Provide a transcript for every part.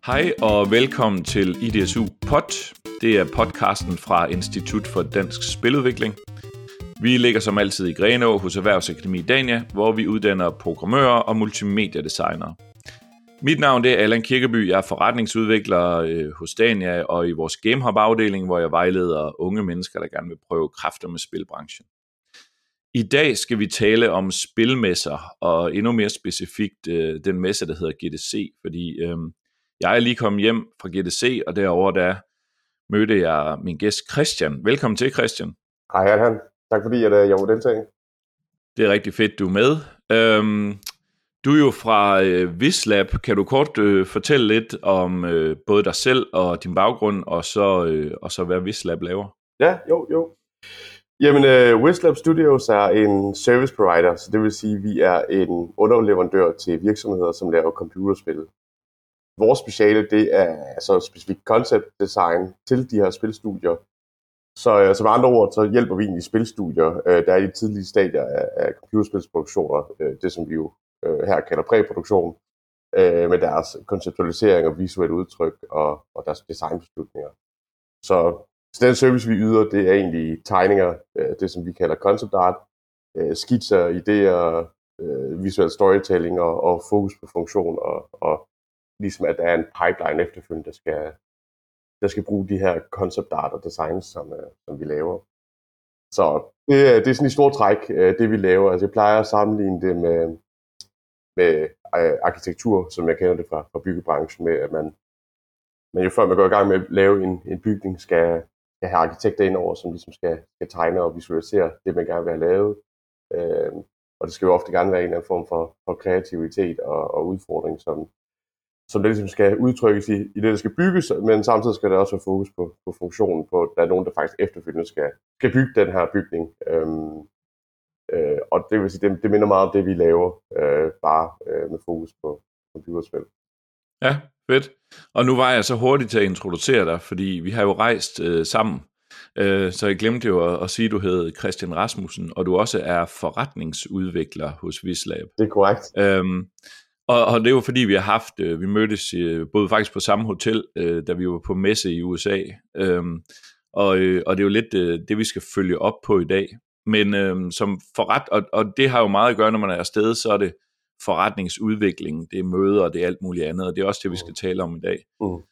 Hej og velkommen til IDSU Pod. Det er podcasten fra Institut for Dansk Spiludvikling. Vi ligger som altid i Grenaa hos Erhvervsakademi Dania, hvor vi uddanner programmører og multimediedesignere. Mit navn er Allan Kirkeby. Jeg er forretningsudvikler hos Dania og i vores GameHub-afdeling, hvor jeg vejleder unge mennesker, der gerne vil prøve kræfter med spilbranchen. I dag skal vi tale om spilmesser, og endnu mere specifikt den messe, der hedder GDC, fordi jeg er lige kommet hjem fra GDC, og derovre der mødte jeg min gæst Christian. Velkommen til, Christian. Hej, Allan. Tak fordi jeg må deltage. Det er rigtig fedt, du er med. Du er jo fra Wislab. Kan du kort fortælle lidt om både dig selv og din baggrund, og så hvad Wislab laver? Ja, jo. Jamen, Wislab Studios er en service provider, så det vil sige, at vi er en underleverandør til virksomheder, som laver computerspil. Vores speciale, det er altså specifikt concept design til de her spilstudier. Så med andre ord, så hjælper vi egentlig spilstudier, der er i de tidlige stadier af computerspilsproduktioner, det som vi jo her kalder præproduktion, med deres konceptualisering og visuelle udtryk og deres designbeslutninger. Så den service, vi yder, det er egentlig tegninger, det som vi kalder concept art, skitser, idéer, visuel storytelling og fokus på funktion, og ligesom at der er en pipeline efterfølgende, der skal bruge de her concept art og designs, som vi laver. Så det er sådan i stort træk, det vi laver. Altså jeg plejer at sammenligne det med arkitektur, som jeg kender det fra byggebranchen, med at man jo før man går i gang med at lave en bygning, skal have arkitekter indover, som ligesom skal tegne og visualisere det, man gerne vil have lavet. Og det skal jo ofte gerne være en eller anden form for kreativitet og udfordring, som det ligesom skal udtrykkes i det, der skal bygges, men samtidig skal der også være fokus på funktionen, på at der er nogen, der faktisk efterfølgende skal bygge den her bygning. Og det vil sige, det minder meget om det, vi laver, bare med fokus på computerspil. Ja, fedt. Og nu var jeg så hurtigt til at introducere dig, fordi vi har jo rejst sammen, så jeg glemte jo at sige, at du hed Christian Rasmussen, og du også er forretningsudvikler hos Wislab. Det er korrekt. Og det er jo fordi, vi mødtes både faktisk på samme hotel, da vi var på messe i USA, og det er jo lidt det, vi skal følge op på i dag. Men som og det har jo meget at gøre, når man er afsted, så er det forretningsudvikling, det er møder, og det er alt muligt andet, og det er også det, vi skal tale om i dag.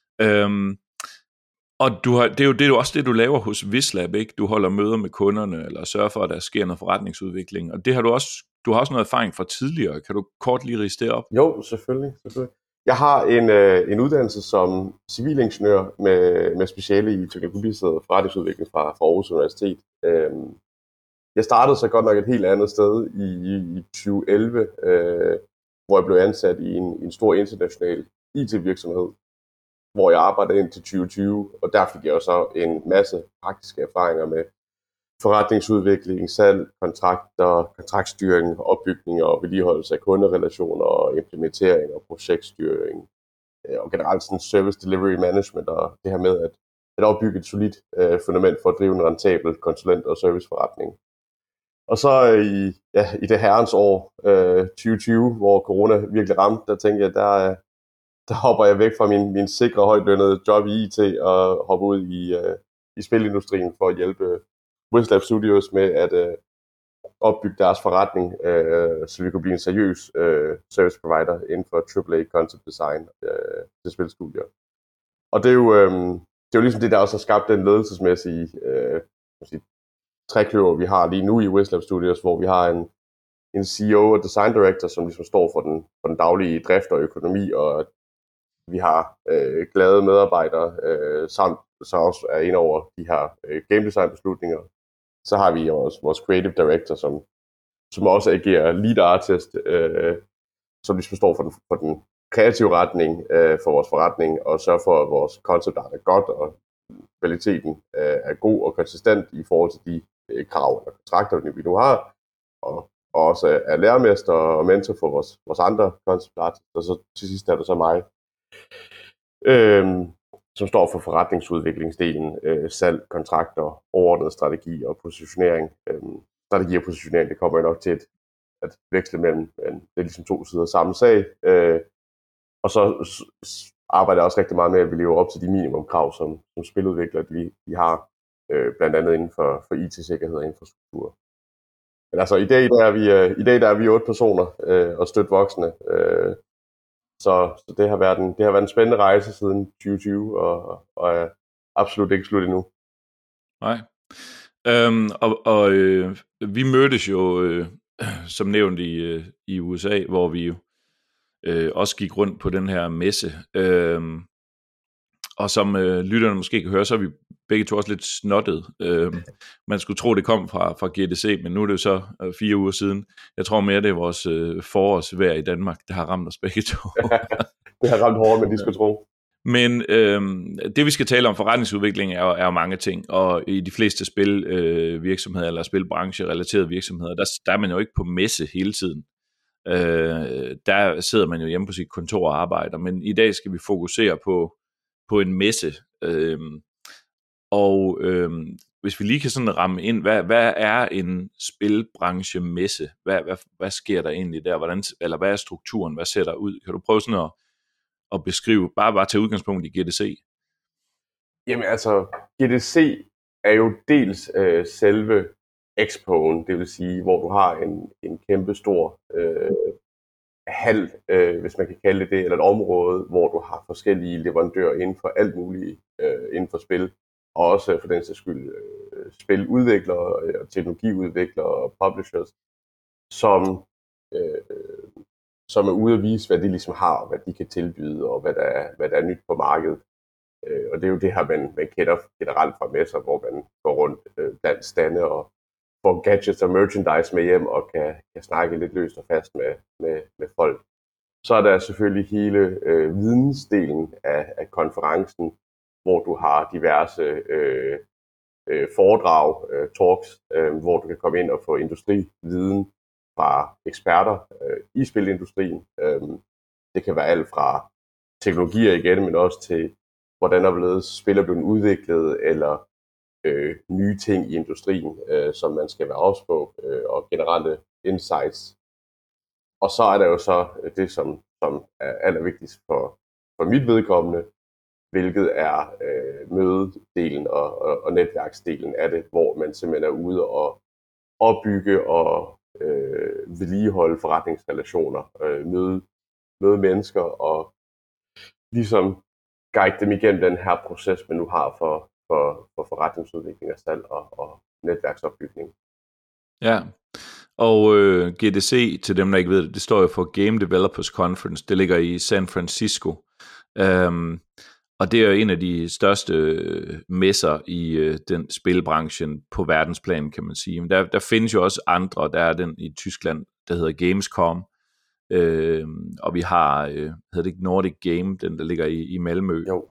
Og det er jo også det, du laver hos Wislab, ikke? Du holder møder med kunderne, eller sørger for, at der sker noget forretningsudvikling, og det har du har også noget erfaring fra tidligere. Kan du kort lige ridse det op? Jo, selvfølgelig. Jeg har en uddannelse som civilingeniør med speciale i teknologibaseret forretningsudvikling fra Aarhus Universitet. Jeg startede så godt nok et helt andet sted i 2011, hvor jeg blev ansat i en stor international IT-virksomhed, hvor jeg arbejdede indtil 2020, og der fik jeg jo så en masse praktiske erfaringer med forretningsudvikling, salg, kontrakter, kontraktstyring, opbygning og vedligeholdelse af kunderelationer og implementering og projektstyring, og generelt sådan service delivery management og det her med at opbygge et solidt fundament for at drive en rentabel konsulent- og serviceforretning. Og så i det herrens år 2020, hvor corona virkelig ramte, der tænkte jeg, der hopper jeg væk fra min sikre højtlønnede job i IT og hopper ud i spilindustrien for at hjælpe Wislab Studios med at opbygge deres forretning, så vi kunne blive en seriøs service provider inden for AAA concept design til spilstudier. Og det er jo ligesom det, der også har skabt den ledelsesmæssige trekløver, vi har lige nu i Wislab Studios, hvor vi har en CEO og design director, som ligesom står for den daglige drift og økonomi, og vi har glade medarbejdere, samt så også er inde over de her game design beslutninger. Så har vi også vores creative director, som også agerer lead artist, som ligesom står for den kreative retning for vores forretning, og sørger for, at vores concept art er godt, og kvaliteten er god og konsistent i forhold til de krav og kontrakter, vi nu har, og også er lærermester og mentor for vores andre concept artists, og så til sidst er der så mig, som står for forretningsudviklingsdelen, salg, kontrakter, overordnet strategi og positionering. Strategi og positionering, det kommer jo nok til at veksle mellem, det er ligesom to sider af samme sag. Og så arbejder også rigtig meget med, at vi lever op til de minimumkrav, som spiludviklere de har, blandt andet inden for IT-sikkerhed og infrastruktur. Men altså i dag der er vi 8 personer og støt voksne. Så det har været en spændende rejse siden 2020 og er absolut ikke slut endnu. Nej. Vi mødtes jo som nævnt i USA, hvor vi jo også gik rundt på den her messe. Og som lytterne måske kan høre, så er vi begge to også lidt snottet. Man skulle tro, det kom fra GDC, men nu er det jo så 4 uger siden. Jeg tror mere, det er vores forårsvejr i Danmark, der har ramt os begge to. Det har ramt hårdt, men de skulle tro. Men det vi skal tale om forretningsudvikling er jo mange ting, og i de fleste spilvirksomheder eller spilbranche-relaterede virksomheder, der er man jo ikke på messe hele tiden. Der sidder man jo hjemme på sit kontor og arbejder, men i dag skal vi fokusere på en messe. Hvis vi lige kan sådan ramme ind, hvad er en spilbranche-messe? Hvad sker der egentlig der? Hvad er strukturen? Hvad ser der ud? Kan du prøve sådan at beskrive, bare tage udgangspunkt i GDC? Jamen altså, GDC er jo dels selve expoen, det vil sige, hvor du har en kæmpe stor hal, hvis man kan kalde det, eller et område, hvor du har forskellige leverandører inden for alt muligt inden for spil, og også for den sags skyld spiludviklere og teknologiudviklere og publishers, som er ude at vise, hvad de ligesom har, og hvad de kan tilbyde, og hvad der er nyt på markedet. Og det er jo det her, man kender generelt fra messer, hvor man går rundt blandt stande og får gadgets og merchandise med hjem, og kan snakke lidt løst og fast med folk. Så er der selvfølgelig hele vidensdelen af konferencen, hvor du har diverse foredrag, talks, hvor du kan komme ind og få industrividen fra eksperter i spilindustrien. Det kan være alt fra teknologier igen, men også til, hvordan der er blevet spil er blevet udviklet, eller nye ting i industrien, som man skal være ops på, og generelle insights. Og så er der jo så det, som er allervigtigst for mit vedkommende, hvilket er mødedelen og netværksdelen af det, hvor man simpelthen er ude og opbygge og vedligeholde forretningsrelationer, møde mennesker og ligesom guide dem igennem den her proces, man nu har for forretningsudvikling og salg og netværksopbygning. Ja, og GDC, til dem der ikke ved det, det står jo for Game Developers Conference, det ligger i San Francisco, og det er jo en af de største messer i den spilbranchen på verdensplan, kan man sige. Men der findes jo også andre, der er den i Tyskland, der hedder Gamescom, og vi har, hedder det ikke Nordic Game, den der ligger i Malmø. Jo.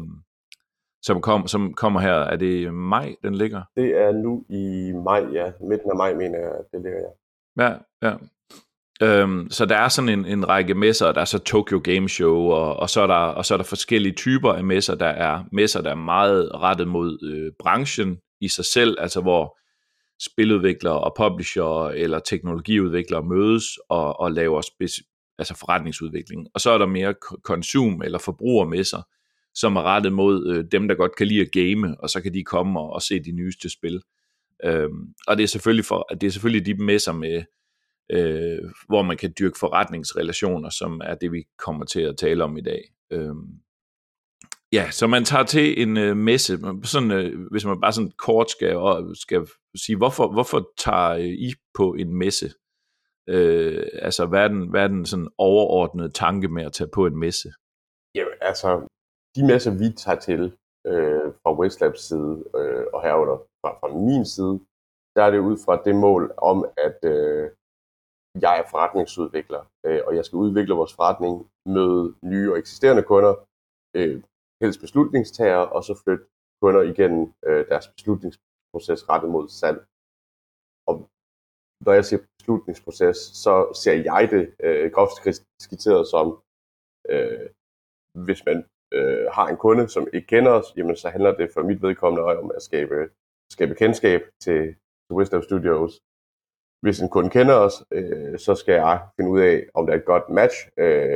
Som kommer her, er det maj, den ligger? Det er nu i maj, ja. Midten af maj, mener jeg, det ligger, ja. Ja. Så der er sådan en række messer, der er så Tokyo Game Show, og så er der forskellige typer af messer. Der er messer, der er meget rettet mod branchen i sig selv, altså hvor spiludviklere og publisher eller teknologiudviklere mødes og laver altså forretningsudvikling. Og så er der mere konsum- eller forbrugermesser, som er rettet mod dem, der godt kan lide at game, og så kan de komme og se de nyeste spil. Og det er selvfølgelig de messer med, hvor man kan dyrke forretningsrelationer, som er det, vi kommer til at tale om i dag. Ja, så man tager til en messe, sådan, hvis man bare sådan kort skal sige, hvorfor tager I på en messe? Altså, hvad er den sådan overordnede tanke med at tage på en messe? Jamen, altså, de messer, vi tager til fra Westlabs side, og herunder fra min side, der er det ud fra det mål om, at jeg er forretningsudvikler, og jeg skal udvikle vores forretning, møde nye og eksisterende kunder, helst beslutningstagere, og så flytte kunder igennem deres beslutningsproces rettet mod salg. Og når jeg siger beslutningsproces, så ser jeg det groft skitseret som, hvis man har en kunde, som ikke kender os, jamen så handler det for mit vedkommende om at skabe kendskab til Westlab Studios. Hvis en kunde kender os, så skal jeg finde ud af, om der er et godt match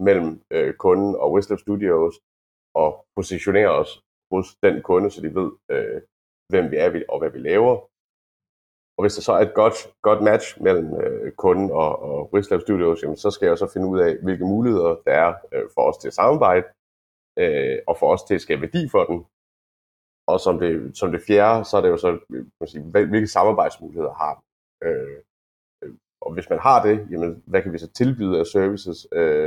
mellem kunden og Westlab Studios, og positionere os hos den kunde, så de ved, hvem vi er og hvad vi laver. Og hvis der så er et godt match mellem kunden og Westlab Studios, jamen, så skal jeg så finde ud af, hvilke muligheder der er for os til at samarbejde, og for os til at skabe værdi for den. Og som det fjerde, så er det jo så, hvilke samarbejdsmuligheder har vi. Og hvis man har det, jamen, hvad kan vi så tilbyde af services,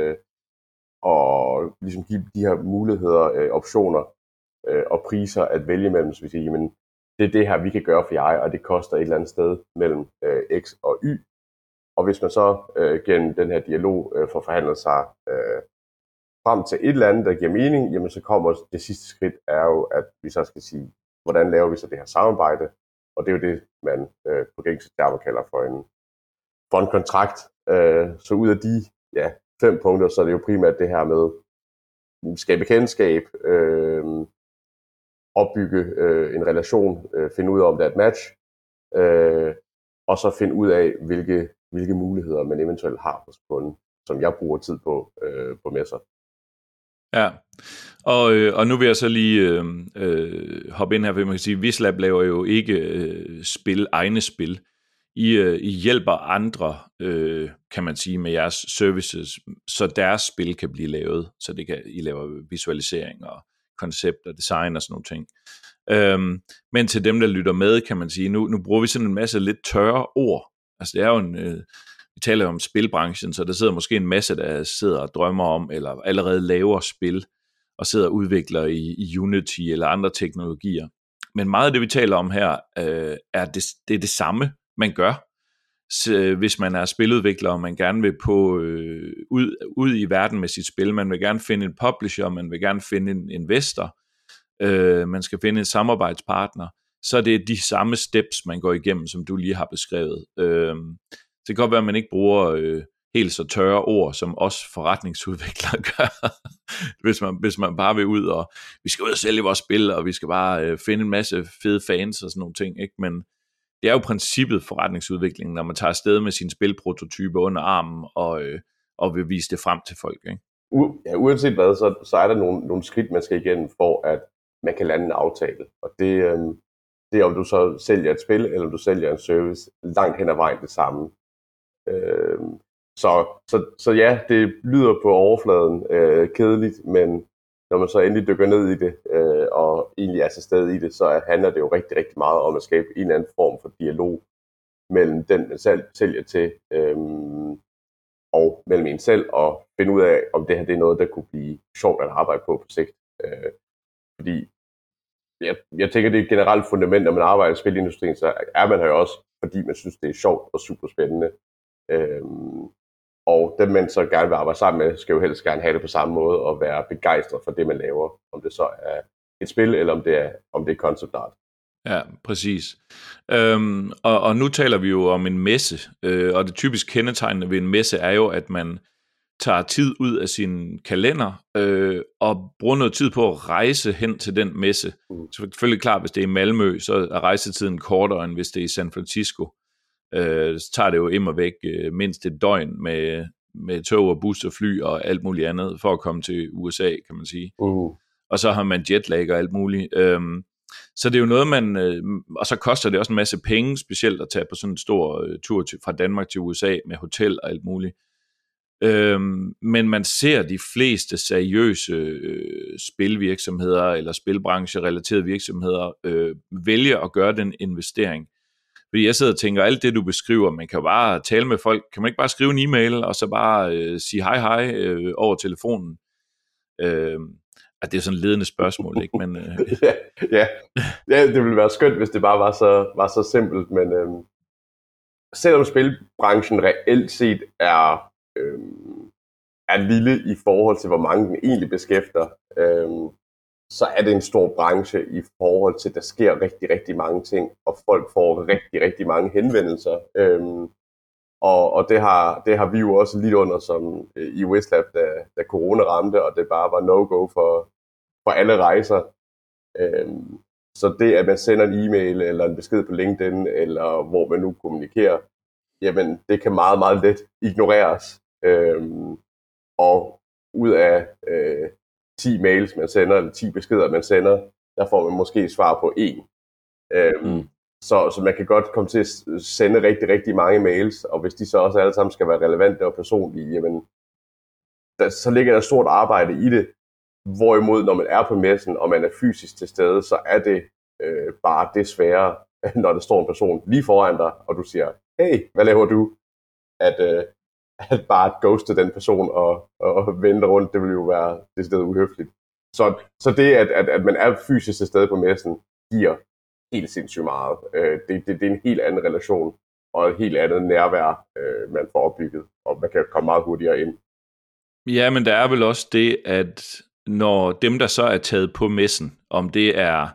og ligesom give de her muligheder, optioner og priser at vælge mellem, så vi siger, jamen, det er det her, vi kan gøre for jer, og det koster et eller andet sted mellem X og Y. Og hvis man så gennem den her dialog får forhandlet sig frem til et eller andet, der giver mening, jamen så kommer det sidste skridt, er jo, at vi så skal sige, hvordan laver vi så det her samarbejde, og det er jo det, man på gængse termer kalder for en kontrakt. Så ud af de 5 punkter, så er det jo primært det her med skabe kendskab, opbygge en relation, finde ud af, om der er et match, og så finde ud af, hvilke muligheder man eventuelt har hos kunden, som jeg bruger tid på messer. Ja, og nu vil jeg så lige hoppe ind her, for man kan sige, Westlab laver jo ikke egne spil. I hjælper andre, kan man sige, med jeres services, så deres spil kan blive lavet, så I laver visualisering og koncept og design og sådan nogle ting. Men til dem, der lytter med, kan man sige, nu bruger vi sådan en masse lidt tørre ord. Altså det er jo vi taler om spilbranchen, så der sidder måske en masse, der sidder og drømmer om, eller allerede laver spil, og sidder og udvikler i Unity eller andre teknologier. Men meget af det, vi taler om her, er det samme, man gør. Så hvis man er spiludvikler, og man gerne vil ud i verden med sit spil, man vil gerne finde en publisher, man vil gerne finde en investor, man skal finde en samarbejdspartner, så er det de samme steps, man går igennem, som du lige har beskrevet. Det kan godt være, at man ikke bruger helt så tørre ord, som os forretningsudviklere gør, hvis man bare vil ud, og vi skal ud og sælge vores spil, og vi skal bare finde en masse fede fans og sådan nogle ting, ikke? Men det er jo princippet forretningsudvikling, når man tager afsted med sin spilprototype under armen, og vil vise det frem til folk, ikke? Uanset hvad, så er der nogle skridt, man skal igennem, for at man kan lande en aftale. Og det er, om du så sælger et spil, eller om du sælger en service, langt hen ad vejen det samme. Så ja, det lyder på overfladen kedeligt, men når man så endelig dykker ned i det, og egentlig er til stede i det, så handler det jo rigtig, rigtig meget om at skabe en eller anden form for dialog mellem den, man sælger til, og mellem en selv, og finde ud af, om det her det er noget, der kunne blive sjovt at arbejde på sigt. Fordi jeg tænker, det er et generelt fundament, når man arbejder i spilindustrien, så er man her jo også, fordi man synes, det er sjovt og super spændende. Og dem, man så gerne vil arbejde sammen med, skal jo helst gerne have det på samme måde, og være begejstret for det, man laver. Om det så er et spil, eller om det er concept art. Ja, præcis. Og nu taler vi jo om en messe, og det typisk kendetegnende ved en messe er jo, at man tager tid ud af sin kalender, og bruger noget tid på at rejse hen til den messe. Så selvfølgelig klart, hvis det er i Malmø, så er rejsetiden kortere, end hvis det er i San Francisco. Så tager det jo immer væk mindst et døgn med tog og bus og fly og alt muligt andet, for at komme til USA, kan man sige. Og så har man jetlag og alt muligt. Så det er jo noget, og så koster det også en masse penge, specielt at tage på sådan en stor tur fra Danmark til USA med hotel og alt muligt. Men man ser de fleste seriøse spilvirksomheder eller spilbrancherelaterede virksomheder vælge at gøre den investering. Fordi jeg sidder og tænker, alt det du beskriver, man kan bare tale med folk, kan man ikke bare skrive en e-mail, og så bare sige hej over telefonen? At det er sådan et ledende spørgsmål, ikke? Men, ja, det ville være skønt, hvis det bare var så simpelt, men selvom spilbranchen reelt set er lille i forhold til, hvor mange den egentlig beskæfter, så er det en stor branche i forhold til, at der sker rigtig, rigtig mange ting, og folk får rigtig, rigtig mange henvendelser. Og det har vi jo også lidt under som i Westlab, da corona ramte, og det bare var no-go for alle rejser. Så det, at man sender en e-mail eller en besked på LinkedIn, eller hvor man nu kommunikerer, jamen det kan meget, meget let ignoreres. Og ud af 10 mails, man sender, eller 10 beskeder, man sender, der får man måske svar på 1. Så man kan godt komme til at sende rigtig, rigtig mange mails, og hvis de så også alle sammen skal være relevante og personlige, jamen, så ligger der stort arbejde i det. Hvorimod, når man er på messen, og man er fysisk til stede, så er det bare det svære, når der står en person lige foran dig, og du siger, hey, hvad laver du? At bare ghoste den person og vende rundt, det vil jo være decideret uhøfligt. Så det, at man er fysisk til stede på messen, giver helt sindssygt meget. Det er en helt anden relation, og et helt andet nærvær, man får opbygget, og man kan komme meget hurtigere ind. Ja, men der er vel også det, at når dem, der så er taget på messen, om det er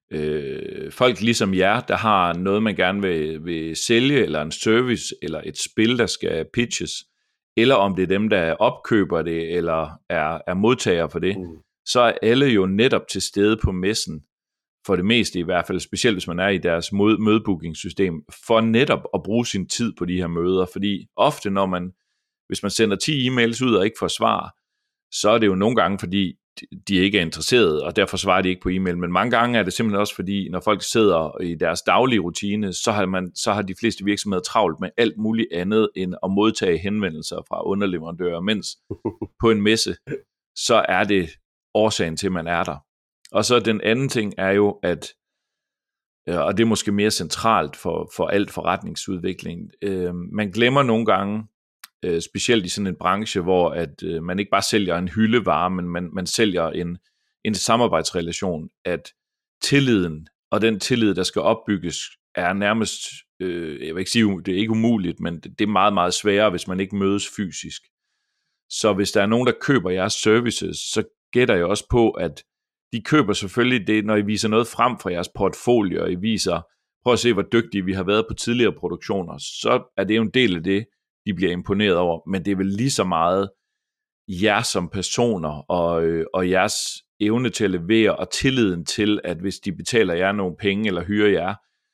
folk ligesom jer, der har noget, man gerne vil sælge, eller en service, eller et spil, der skal pitches, eller om det er dem, der opkøber det, eller er modtager for det, så er alle jo netop til stede på messen, for det meste i hvert fald, specielt hvis man er i deres mødebookingssystem, for netop at bruge sin tid på de her møder, fordi ofte hvis man sender 10 e-mails ud og ikke får svar, så er det jo nogle gange, fordi de ikke er interesserede, og derfor svarer de ikke på e-mail, men mange gange er det simpelthen også fordi, når folk sidder i deres daglige rutine, så har de fleste virksomheder travlt med alt muligt andet, end at modtage henvendelser fra underleverandører, mens på en messe, så er det årsagen til, at man er der. Og så den anden ting er jo, at, og det er måske mere centralt for alt forretningsudvikling, man glemmer nogle gange, specielt i sådan en branche, hvor at man ikke bare sælger en hyldevare, men man sælger en samarbejdsrelation, at tilliden og den tillid, der skal opbygges, er nærmest, jeg vil ikke sige, det er ikke umuligt, men det er meget, meget sværere, hvis man ikke mødes fysisk. Så hvis der er nogen, der køber jeres services, så gætter jeg også på, at de køber selvfølgelig det, når I viser noget frem fra jeres portfolio, og I viser, prøv at se, hvor dygtige vi har været på tidligere produktioner, så er det jo en del af det, de bliver imponeret over, men det er vel lige så meget jer som personer, og jeres evne til at levere, og tilliden til, at hvis de betaler jer nogle penge, eller hyrer jer,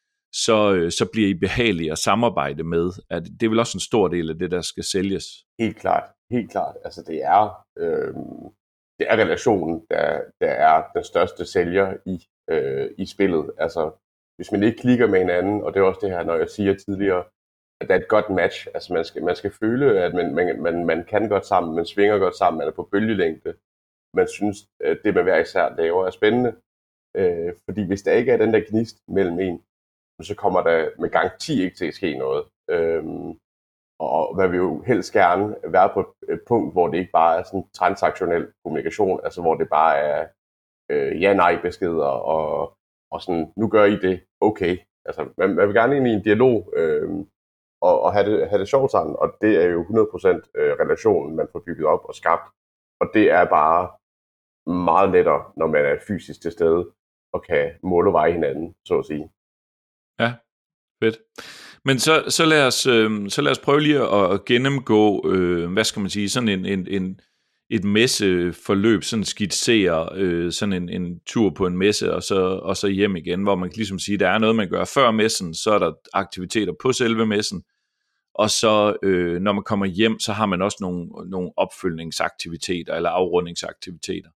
så bliver I behagelige at samarbejde med. Det er vel også en stor del af det, der skal sælges. Helt klart. Altså det er relationen, der er den største sælger i spillet. Altså hvis man ikke klikker med hinanden, og det er også det her, når jeg siger tidligere, at der er et godt match. Altså man skal føle, at man kan godt sammen, man svinger godt sammen, man er på bølgelængde. Man synes, at det med hver især laver er spændende. Fordi hvis der ikke er den der gnist mellem en, så kommer der med garanti ikke til at ske noget. Og man vil jo helst gerne være på et punkt, hvor det ikke bare er sådan transaktionel kommunikation, altså hvor det bare er ja-nej-beskeder, og sådan, nu gør I det, okay. Altså man vil gerne ind i en dialog, og have det sjovt sammen, og det er jo 100% relationen, man får bygget op og skabt, og det er bare meget lettere, når man er fysisk til stede, og kan måle og veje hinanden, så at sige. Ja, fedt. Men så lad os prøve lige at gennemgå, hvad skal man sige, sådan et messeforløb, sådan skitsere sådan en tur på en messe, og så hjem igen, hvor man kan ligesom sige, der er noget, man gør før messen, så er der aktiviteter på selve messen, og så når man kommer hjem, så har man også nogle opfølgningsaktiviteter, eller afrundingsaktiviteter.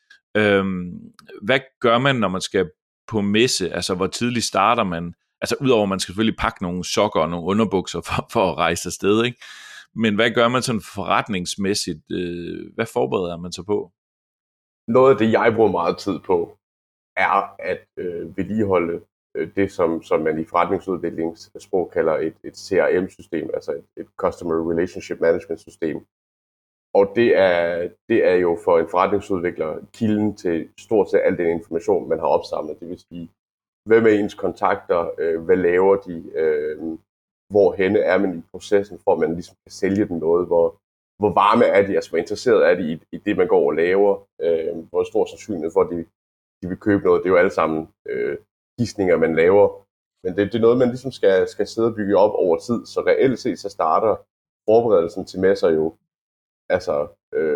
Hvad gør man, når man skal på messe? Altså, hvor tidligt starter man? Altså, udover at man skal selvfølgelig pakke nogle sokker og nogle underbukser for at rejse afsted, ikke? Men hvad gør man sådan forretningsmæssigt? Hvad forbereder man sig på? Noget af det, jeg bruger meget tid på, er at vedligeholde det, som man i forretningsudviklingssprog kalder et CRM-system, altså et Customer Relationship Management system. Og det er jo for en forretningsudvikler kilden til stort set al den information, man har opsamlet. Det vil sige, hvem er ens kontakter, hvad laver de, hvorhenne er man i processen, for at man ligesom kan sælge dem noget, hvor varme er de, altså hvor interesseret er de i det, man går og laver, hvor stor sandsynlighed for, at de vil købe noget. Det er jo alle sammen gidsninger, man laver. Men det er noget, man ligesom skal sidde og bygge op over tid, så reelt set så starter forberedelsen til messer jo altså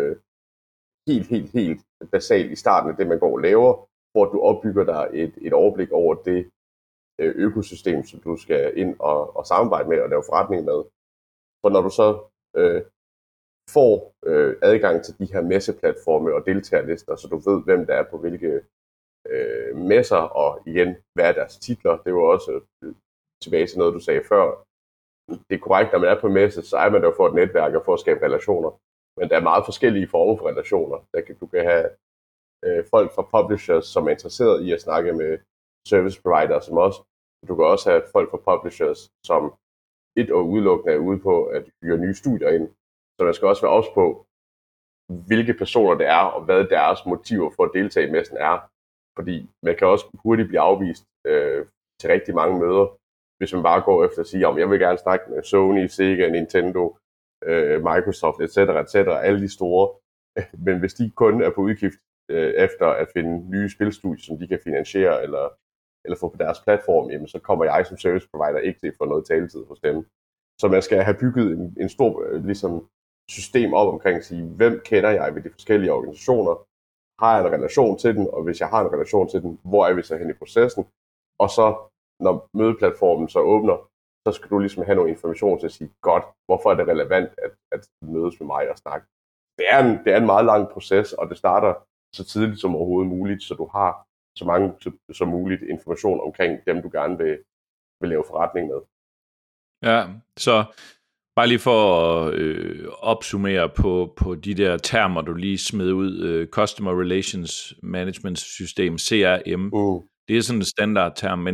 helt basalt i starten af det, man går og laver, hvor du opbygger dig et overblik over det økosystem, som du skal ind og samarbejde med og lave forretning med. For når du så får adgang til de her messeplatforme og deltagerlister, så du ved, hvem der er på hvilke messer, og igen, hvad er deres titler. Det var også tilbage til noget, du sagde før. Det er korrekt, når man er på messe, så er man der for et netværk og for at skabe relationer. Men der er meget forskellige former for relationer. Du kan have folk fra publishers, som er interesseret i at snakke med service providers som os. Du kan også have folk fra publishers, som et og udelukkende er ude på at hyre nye studier ind. Så man skal også være ops på, hvilke personer det er, og hvad deres motiver for at deltage i messen er. Fordi man kan også hurtigt blive afvist til rigtig mange møder, hvis man bare går efter at sige, jeg vil gerne snakke med Sony, Sega, Nintendo, Microsoft, etc., alle de store. Men hvis de kun er på udgift efter at finde nye spilstudier, som de kan finansiere eller få på deres platform, jamen, så kommer jeg som service provider ikke til at få noget taletid hos dem. Så man skal have bygget en stor ligesom, system op omkring at sige, hvem kender jeg ved de forskellige organisationer, har jeg en relation til den, og hvis jeg har en relation til den, hvor er vi så hen i processen? Og så, når mødeplatformen så åbner, så skal du ligesom have noget information til at sige, godt, hvorfor er det relevant at mødes med mig og snakke? Det er en meget lang proces, og det starter så tidligt som overhovedet muligt, så du har så mange som muligt information omkring dem, du gerne vil lave forretning med. Ja, så bare lige for at opsummere på de der termer, du lige smed ud, Customer Relations Management System, CRM, det er sådan en standardterm, men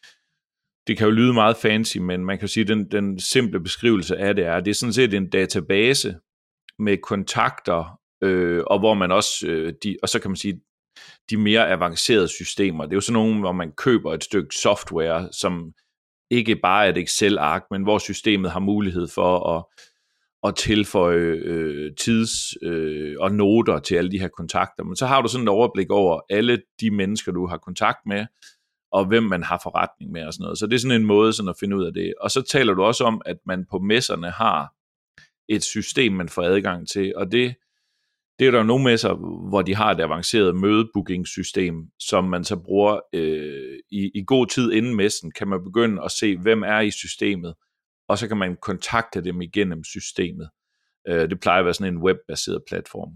det kan jo lyde meget fancy, men man kan jo sige, at den simple beskrivelse af det er sådan set en database med kontakter, og hvor man også, og så kan man sige, de mere avancerede systemer, det er jo sådan nogle, hvor man køber et stykke software, som ikke bare er et Excel-ark, men hvor systemet har mulighed for at tilføje tids- og noter til alle de her kontakter. Men så har du sådan et overblik over alle de mennesker, du har kontakt med, og hvem man har forretning med og sådan noget. Så det er sådan en måde sådan at finde ud af det. Og så taler du også om, at man på messerne har et system, man får adgang til, og det er der nogle messer, hvor de har et avanceret mødebookingssystem, som man så bruger i god tid inden messen, kan man begynde at se, hvem er i systemet, og så kan man kontakte dem igennem systemet. Det plejer at være sådan en webbaseret platform.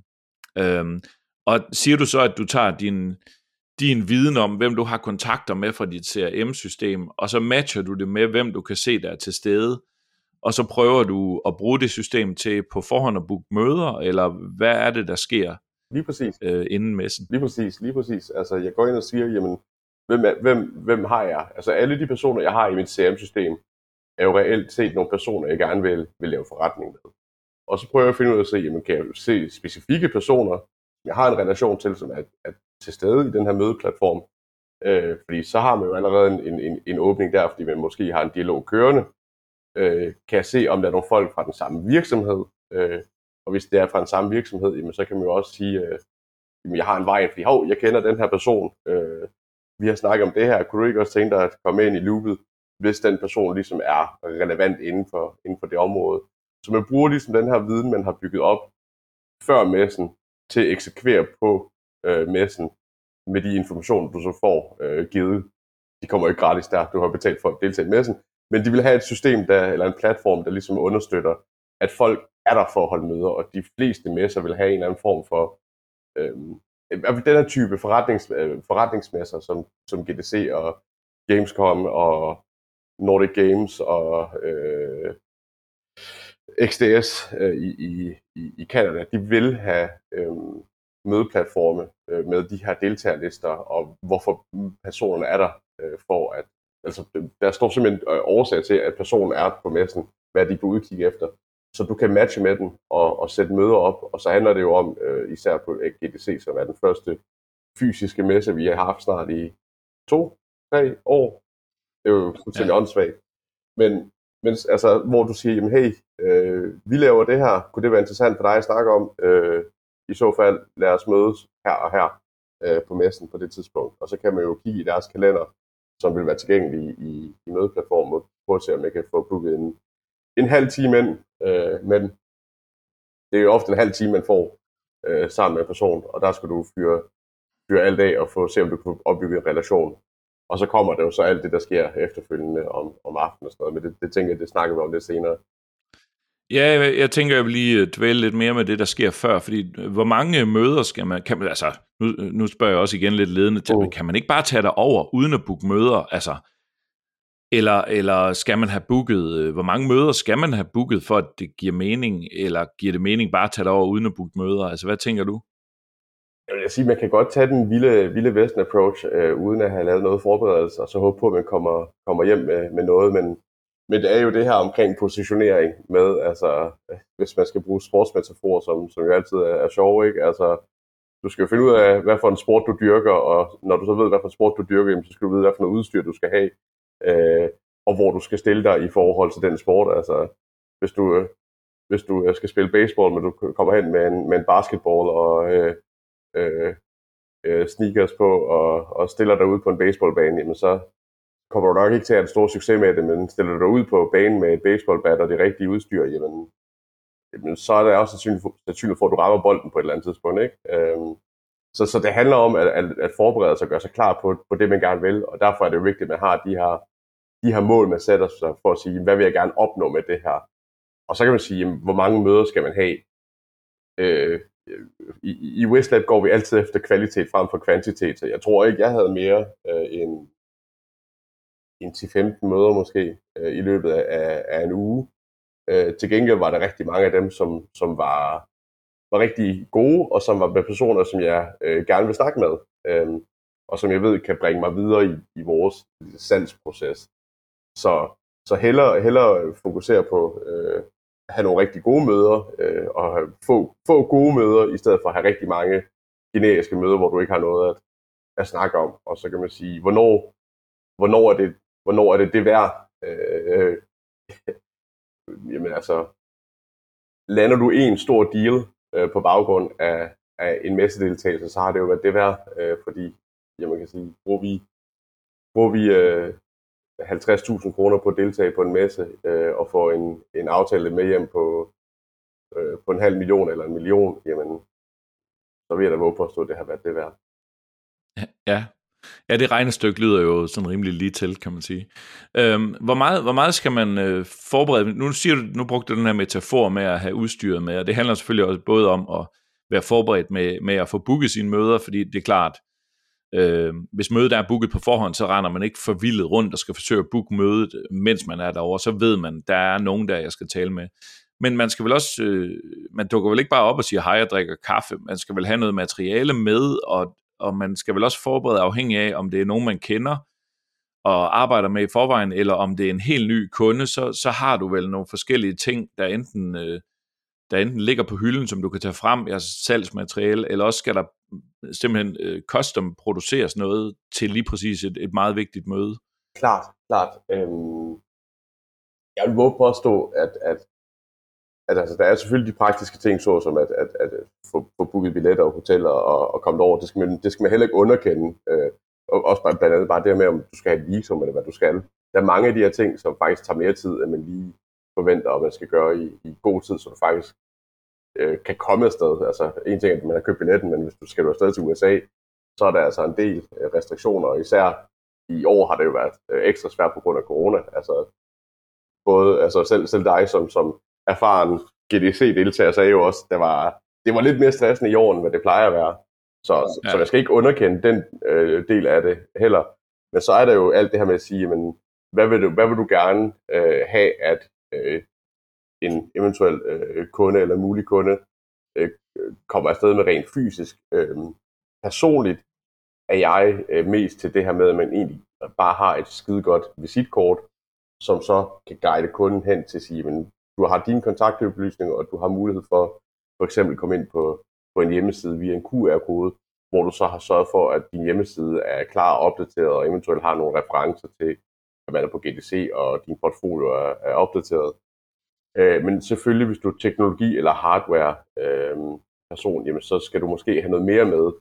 Og siger du så, at du tager din viden om, hvem du har kontakter med fra dit CRM-system, og så matcher du det med, hvem du kan se, der er til stede, og så prøver du at bruge det system til på forhånd at booke møder, eller hvad er det, der sker lige præcis. Inden messen? Lige præcis. Altså, jeg går ind og siger, jamen, hvem har jeg? Altså, alle de personer, jeg har i mit CRM-system, er jo reelt set nogle personer, jeg gerne vil lave forretning med. Og så prøver jeg at finde ud af at se, jamen, kan jeg se specifikke personer, jeg har en relation til, som er til stede i den her mødeplatform. Fordi så har man jo allerede en åbning der, fordi man måske har en dialog kørende. Kan jeg se, om der er nogle folk fra den samme virksomhed. Og hvis det er fra den samme virksomhed, jamen, så kan man jo også sige, jamen, jeg har en vej, fordi jeg kender den her person. Vi har snakket om det her. Kunne du ikke også tænke dig at komme ind i loopet, hvis den person ligesom er relevant inden for det område? Så man bruger ligesom den her viden, man har bygget op før messen, til at eksekvere på messen med de informationer, du så får givet. De kommer ikke gratis der, du har betalt for at deltage i messen, men de vil have et system, eller en platform, der ligesom understøtter, at folk er der for at holde møder, og de fleste messer vil have en eller anden form for den her type forretningsmesser, som GDC og Gamescom og Nordic Games og XDS i Canada, de vil have mødeplatforme med de her deltagerlister, og hvorfor personerne er der for at... Altså, der står simpelthen årsag til, at personen er på messen, hvad de på udkig efter. Så du kan matche med den og sætte møder op, og så handler det jo om, især på GDC, som er den første fysiske messe, vi har haft snart i 2-3 år. Det er jo fuldstændig åndssvagt. Men altså, hvor du siger, jamen hey, vi laver det her, kunne det være interessant for dig at snakke om? I så fald lad os mødes her og her på messen på det tidspunkt. Og så kan man jo kigge i deres kalender, som vil være tilgængelige i mødeplatformen, og prøve at se, om jeg kan få booket en halv time ind med den. Det er jo ofte en halv time, man får sammen med en person, og der skal du fyre alt af og se, om du kan opbygge en relation. Og så kommer det jo så alt det, der sker efterfølgende om aftenen og sådan noget, men det tænker jeg, det snakker vi om lidt senere. Ja, jeg tænker, jeg vil lige dvæle lidt mere med det, der sker før, fordi hvor mange møder skal man, altså, nu spørger jeg også igen lidt ledende, kan man ikke bare tage dig over, uden at booke møder, altså, eller skal man have booket, hvor mange møder skal man have booket, for at det giver mening, eller giver det mening bare at tage dig over, uden at booke møder, altså, hvad tænker du? Jeg vil sige, man kan godt tage den vilde vesten approach, uden at have lavet noget forberedelse, og så håbe på, at man kommer hjem med noget, men det er jo det her omkring positionering med, altså, hvis man skal bruge sportsmetaforer, som jo altid er sjove, ikke? Altså, du skal jo finde ud af, hvad for en sport du dyrker, og når du så ved, hvad for en sport du dyrker, så skal du vide, hvad for noget udstyr du skal have, og hvor du skal stille dig i forhold til den sport. Altså, hvis du skal spille baseball, men du kommer hen med en basketball og sneakers på og stiller dig ud på en baseballbane, jamen så kommer du nok ikke til at have en stor succes med det, men stiller du dig ud på banen med et baseballbat og det rigtige udstyr, jamen så er der også sandsynligt for, at du rammer bolden på et eller andet tidspunkt, ikke? Så det handler om at forberede sig og gøre sig klar på det, man gerne vil, og derfor er det jo vigtigt, at man har de her mål, man sætter sig for at sige, hvad vil jeg gerne opnå med det her? Og så kan man sige, hvor mange møder skal man have? I Westlab går vi altid efter kvalitet frem for kvantitet, så jeg tror ikke, jeg havde mere end 10-15 møder måske i løbet af en uge. Til gengæld var der rigtig mange af dem, som var rigtig gode, og som var med personer, som jeg gerne vil snakke med, og som jeg ved kan bringe mig videre i vores salgsproces. Så hellere fokusere på at have nogle rigtig gode møder, og få gode møder, i stedet for at have rigtig mange generiske møder, hvor du ikke har noget at snakke om. Og så kan man sige, hvornår er det værd? Jamen altså, lander du en stor deal på baggrund af en messedeltagelse, så har det jo været det værd, fordi man kan sige, bruger vi 50.000 kroner på at deltage på en messe og få en aftale med hjem på 500.000 eller 1 million, jamen så vil jeg da våge på at stå, det har været det værd. Ja, det regnestykke lyder jo sådan rimelig lige til, kan man sige. Hvor meget skal man forberede? Nu brugte du den her metafor med at have udstyret med, og det handler selvfølgelig også både om at være forberedt med at få booket sine møder, fordi det er klart, hvis mødet er booket på forhånd, så render man ikke forvildet rundt og skal forsøge at booke mødet, mens man er derovre, så ved man, der er nogen der, jeg skal tale med. Men man skal vel også, man dukker vel ikke bare op og siger, hej, jeg drikker kaffe, man skal vel have noget materiale med, og man skal vel også forberede afhængig af, om det er nogen, man kender og arbejder med i forvejen, eller om det er en helt ny kunde, så har du vel nogle forskellige ting, der enten ligger på hylden, som du kan tage frem, altså salgsmateriale, eller også skal der simpelthen custom produceres noget til lige præcis et meget vigtigt møde. Klart. Jeg vil våge påstå, at altså, der er selvfølgelig de praktiske ting, såsom at få booket billetter og hoteller og komme over. Det skal man heller ikke underkende. Også blandt andet bare det med, om du skal have et visum eller hvad du skal. Der er mange af de her ting, som faktisk tager mere tid, end man lige forventer, at man skal gøre i god tid, så du faktisk kan komme afsted. Altså, en ting er, at man har købt billetten, men hvis du skal afsted til USA, så er der altså en del restriktioner, og især i år har det jo været ekstra svært på grund af corona. Altså, både, altså selv dig som erfaren GDC-deltager sagde jo også, det var lidt mere stressende i år, end hvad det plejer at være. Så jeg skal ikke underkende den del af det heller. Men så er der jo alt det her med at sige, men, hvad vil du gerne have, at en eventuel kunde eller mulig kunde kommer afsted med rent fysisk. Personligt er jeg mest til det her med, at man egentlig bare har et skide godt visitkort, som så kan guide kunden hen til at sige, men du har dine kontaktoplysninger, og du har mulighed for eksempel komme ind på en hjemmeside via en QR-kode, hvor du så har sørget for, at din hjemmeside er klar og opdateret, og eventuelt har nogle referencer til, at man er på GDC, og din portfolio er opdateret. Men selvfølgelig, hvis du er teknologi- eller hardware-person, jamen så skal du måske have noget mere med.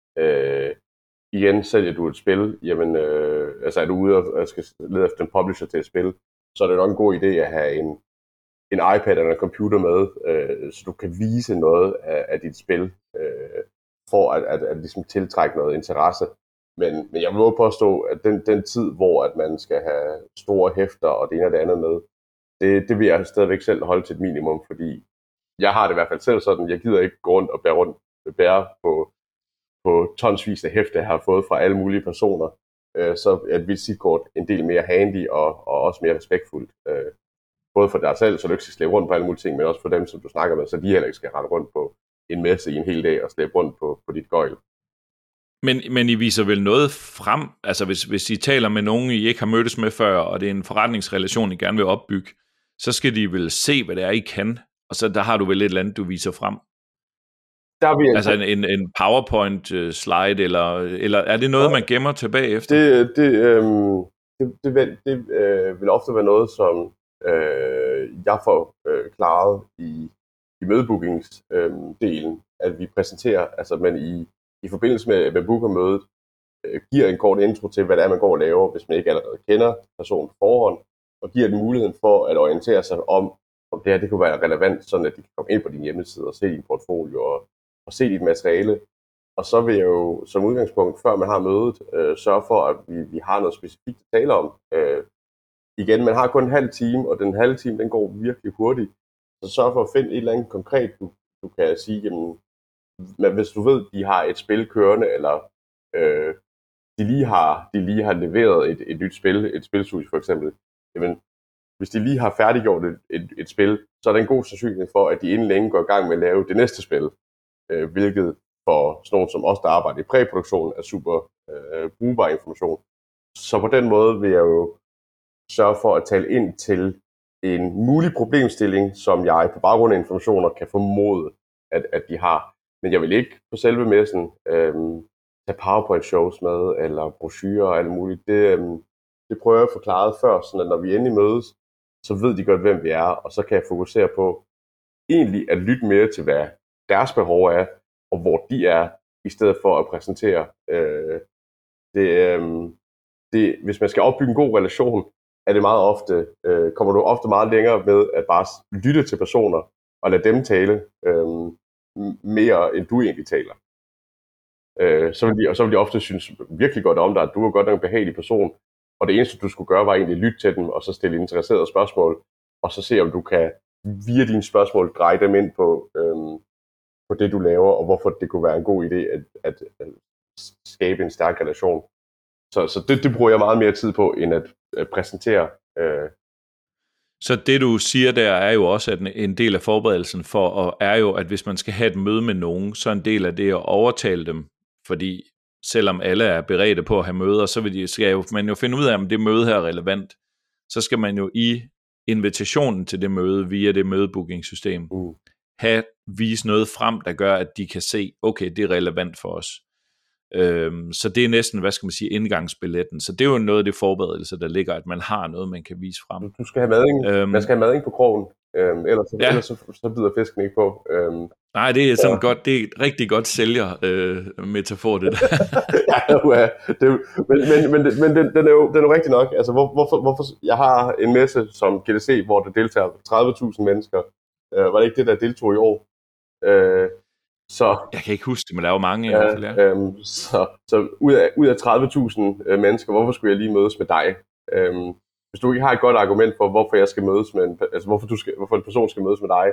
Igen, sælger du et spil, jamen, altså er du ude og skal lede efter en publisher til et spil, så er det nok en god idé at have en iPad eller en computer med, så du kan vise noget af dit spil, for at ligesom tiltrække noget interesse. Men jeg vil påstå, at den tid, hvor at man skal have store hæfter og det ene og det andet med, det vil jeg stadigvæk selv holde til et minimum, fordi jeg har det i hvert fald selv sådan, jeg gider ikke gå rundt og bære på tonsvis af hæfte, jeg har fået fra alle mulige personer, så er et visitkort en del mere handy og også mere respektfuldt. Både for dig selv, så du ikke skal slæbe rundt på alle mulige ting, men også for dem, som du snakker med, så de heller ikke skal rende rundt på en messe i en hel dag og slæbe rundt på dit gøjl. Men I viser vel noget frem, altså hvis I taler med nogen, I ikke har mødtes med før, og det er en forretningsrelation, I gerne vil opbygge, så skal de vel se, hvad det er, I kan, og så der har du vel et eller andet, du viser frem. Altså en PowerPoint-slide, eller er det noget, man gemmer tilbage efter? Det vil ofte være noget, som jeg får klaret i mødebookingsdelen, at vi præsenterer, altså man i forbindelse med bookermødet, giver en kort intro til, hvad det er, man går og laver, hvis man ikke allerede kender personen på forhånd, og giver den muligheden for at orientere sig om det her, det kunne være relevant, sådan at de kan komme ind på din hjemmeside og se din portfolio og se dit materiale. Og så vil jeg jo som udgangspunkt, før man har mødet, sørge for, at vi har noget specifikt at tale om. Igen, man har kun en halv time, og den halve time, den går virkelig hurtigt. Så sørg for at finde et eller andet konkret, du kan sige, jamen, hvis du ved, de har et spil kørende, eller de lige har leveret et nyt spil, et spilstudie for eksempel, jamen, hvis de lige har færdiggjort et spil, så er der en god sandsynlighed for, at de inden længe går i gang med at lave det næste spil, hvilket for sådan nogen som os, der arbejder i præproduktion, er super brugbar information. Så på den måde vil jeg jo sørge for at tale ind til en mulig problemstilling, som jeg på baggrund af informationer kan formode, at de har. Men jeg vil ikke på selve messen tage PowerPoint-shows med, eller brochurer og alt muligt. Det prøver jeg at forklare før, så når vi endelig mødes, så ved de godt, hvem vi er, og så kan jeg fokusere på egentlig at lytte mere til, hvad deres behov er, og hvor de er, i stedet for at præsentere. Hvis man skal opbygge en god relation, er det meget ofte, kommer du ofte meget længere med at bare lytte til personer, og lade dem tale mere, end du egentlig taler. Så vil de ofte synes virkelig godt om dig, at du er godt nok en behagelig person, og det eneste, du skulle gøre, var egentlig at lytte til dem, og så stille interesserede spørgsmål, og så se, om du kan via dine spørgsmål dreje dem ind på det, du laver, og hvorfor det kunne være en god idé at skabe en stærk relation. Så det bruger jeg meget mere tid på, end at præsentere. Så det, du siger der, er jo også, at en del af forberedelsen er jo, at hvis man skal have et møde med nogen, så en del af det at overtale dem, fordi selvom alle er beredte på at have møder, så skal man jo finde ud af, om det møde her er relevant. Så skal man jo i invitationen til det møde, via det mødebookingssystem, vise noget frem, der gør, at de kan se, okay, det er relevant for os. Så det er næsten, hvad skal man sige, indgangsbilletten. Så det er jo noget af det forberedelse, der ligger, at man har noget, man kan vise frem. Du skal have mading. Man skal have mading på krogen, ellers så bider fisken ikke på. Nej, det er sådan godt, det er et rigtig godt sælger-metafor, det der. Men den er jo rigtig nok. Altså, hvorfor jeg har en messe som GDC, hvor der deltager 30.000 mennesker. Var det ikke det, der deltog i år? Så, jeg kan ikke huske det, men der er jo mange i hvert fald, ja. Så ud af 30.000 mennesker, hvorfor skulle jeg lige mødes med dig? Hvis du ikke har et godt argument for, hvorfor jeg skal mødes med hvorfor en person skal mødes med dig,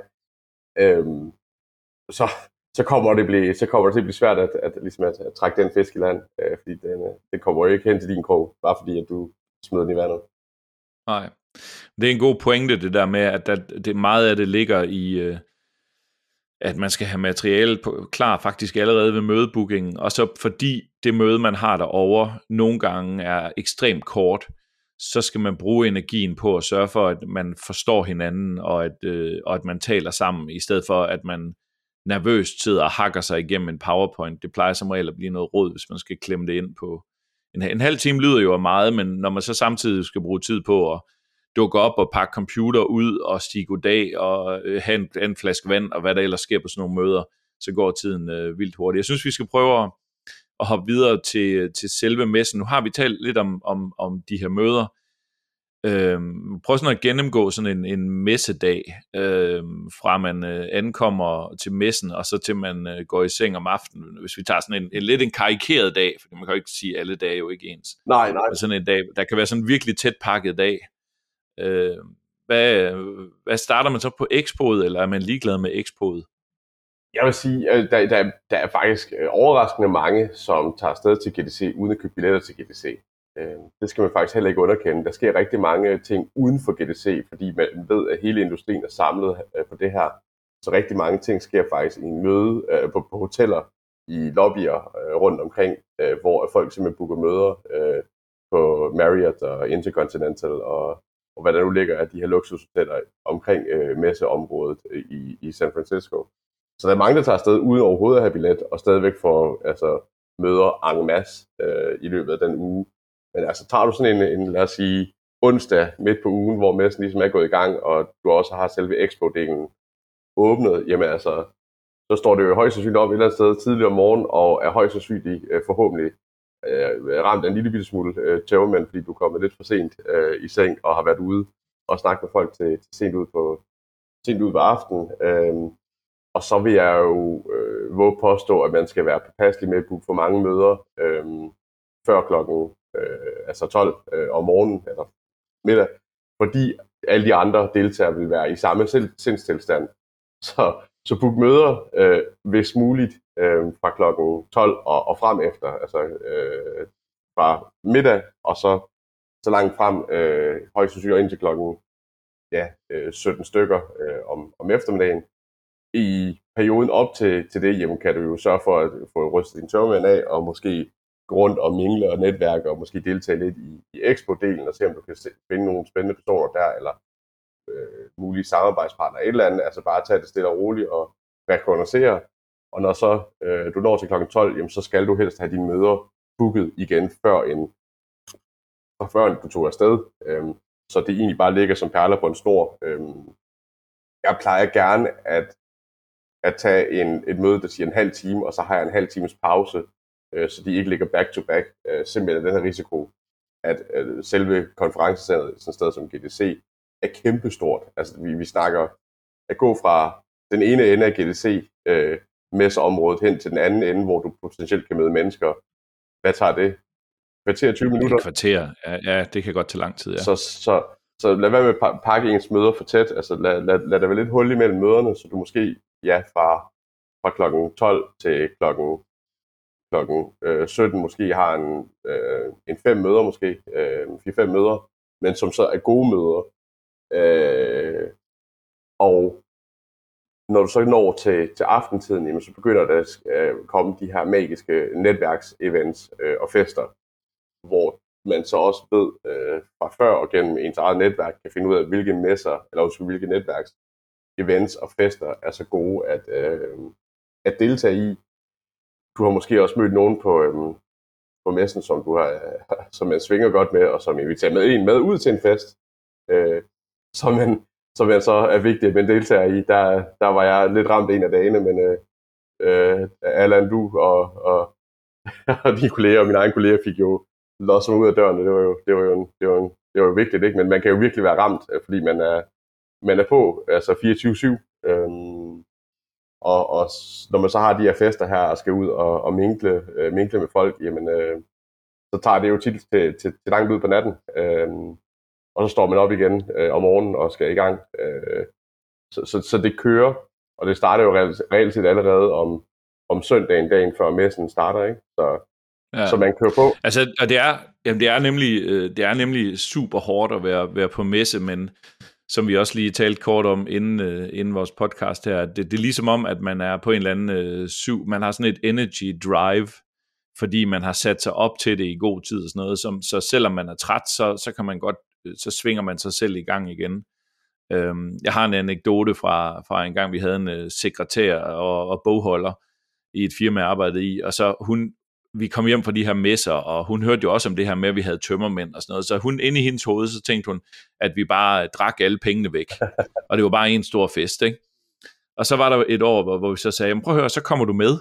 så kommer det til at blive svært at trække den fisk i land, fordi det kommer jo ikke hen til din krog, bare fordi at du smider den i vandet. Nej, det er en god pointe, det der med, at det meget af det ligger i at man skal have materiale klar faktisk allerede ved mødebookingen, og så fordi det møde, man har derovre, nogle gange er ekstremt kort, så skal man bruge energien på at sørge for, at man forstår hinanden, og at man taler sammen, i stedet for, at man nervøst sidder og hakker sig igennem en PowerPoint. Det plejer som regel at blive noget rod, hvis man skal klemme det ind på. En halv time lyder jo meget, men når man så samtidig skal bruge tid på at dukke op og pakke computer ud og sige goddag og have en flaske vand og hvad der ellers sker på sådan nogle møder, så går tiden vildt hurtigt. Jeg synes, vi skal prøve at hoppe videre til selve messen. Nu har vi talt lidt om de her møder. Prøv sådan at gennemgå sådan en messedag, fra man ankommer til messen, og så til man går i seng om aftenen. Hvis vi tager sådan en karikeret dag, for man kan jo ikke sige, at alle dage er jo ikke ens. Nej. Men sådan en dag, der kan være sådan en virkelig tæt pakket dag. hvad starter man så på Expo'et, eller er man ligeglad med Expo'et? Jeg vil sige, at der er faktisk overraskende mange, som tager afsted til GDC, uden at købe billetter til GDC. Det skal man faktisk heller ikke underkende. Der sker rigtig mange ting uden for GDC, fordi man ved, at hele industrien er samlet på det her. Så rigtig mange ting sker faktisk i en møde på hoteller, i lobbyer rundt omkring, hvor folk simpelthen booker møder på Marriott og Intercontinental og hvad der nu ligger af de her luksushoteller omkring messeområdet i San Francisco. Så der er mange, der tager afsted uden overhovedet at have billet, og stadigvæk får møder en masse i løbet af den uge. Men altså tager du sådan en, lad os sige, onsdag midt på ugen, hvor messen ligesom er gået i gang, og du også har selve expo-delen åbnet, jamen altså, så står det jo højst sandsynligt op et eller andet sted tidligt om morgenen, og er højst sandsynligt forhåbentlig ramt af en lille bitte smule tøvmænd, fordi du er kommet lidt for sent i seng, og har været ude og snakket med folk til sent ud på aftenen. Og så vil jeg jo våge påstå, at man skal være påpasselig med at booke for mange møder før klokken 12 om morgenen eller middag, fordi alle de andre deltagere vil være i samme sindstilstand. Så book møder, hvis muligt, fra klokken 12 og frem efter, fra middag og så langt frem, højst sandsynligt indtil klokken 17 stykker om eftermiddagen. I perioden op til det, jamen, kan du jo sørge for at få rystet din tørmand af, og måske gå rundt og mingle og netværke, og måske deltage lidt i Expo-delen, og se om du kan finde nogle spændende personer der, eller mulige samarbejdspartnere, et eller andet, altså bare tage det stille og roligt og rekognoscere. Og når så du når til klokken 12, jamen, så skal du helst have dine møder booket igen, før du tog afsted. Så det egentlig bare ligger som perler på en stor. Jeg plejer gerne at tage et møde, der siger en halv time, og så har jeg en halv times pause, så de ikke ligger back to back. Simpelthen den her risiko, at selve konferencecenteret, sådan et sted som GDC, er kæmpestort. Altså vi snakker at gå fra den ene ende af GDC messeområdet hen til den anden ende, hvor du potentielt kan møde mennesker. Hvad tager det? Kvarter 20 minutter? Et kvarter, ja, det kan godt tage lang tid, ja. Så lad være med at pakke ens møder for tæt. Altså lad der være lidt hul imellem møderne, så du måske fra klokken 12 til klokken 17 måske har en 5 møder måske, 4-5 møder, men som så er gode møder. Og når du så når til aftentiden, jamen, så begynder der at komme de her magiske netværksevents og fester, hvor man så også ved fra før og gennem ens eget netværk kan finde ud af, hvilke messer, eller også hvilke netværksevents og fester er så gode at deltage i. Du har måske også mødt nogen på messen, som man svinger godt med, og som inviterer med ud til en fest, som man så er vigtigt, at man deltager i. Der var jeg lidt ramt en af dagene, men Allan, du og dine kolleger og mine egne kolleger fik jo losset mig ud af døren. Det var jo vigtigt, ikke? Men man kan jo virkelig være ramt, fordi man er på, altså 24/7. Og når man så har de her fester her og skal ud og minkle med folk, jamen, så tager det jo tit til langt ud på natten. Og så står man op igen om morgenen og skal i gang. Så det kører, og det starter jo reelt set allerede om søndagen, dagen før messen starter, ikke? Så man kører på. Altså, og det er nemlig super hårdt at være på messe, men som vi også lige talte kort om inden vores podcast her, det er ligesom om, at man er på en eller anden man har sådan et energy drive, fordi man har sat sig op til det i god tid og sådan noget, så selvom man er træt, så kan man godt, så svinger man sig selv i gang igen. Jeg har en anekdote fra en gang, vi havde en sekretær og bogholder i et firma, jeg arbejdede i, og så vi kom hjem fra de her messer, og hun hørte jo også om det her med, at vi havde tømmermænd og sådan noget, så hun inde i hendes hoved, så tænkte hun, at vi bare drak alle pengene væk, og det var bare en stor fest, ikke? Og så var der et år, hvor vi så sagde, prøv at høre, så kommer du med,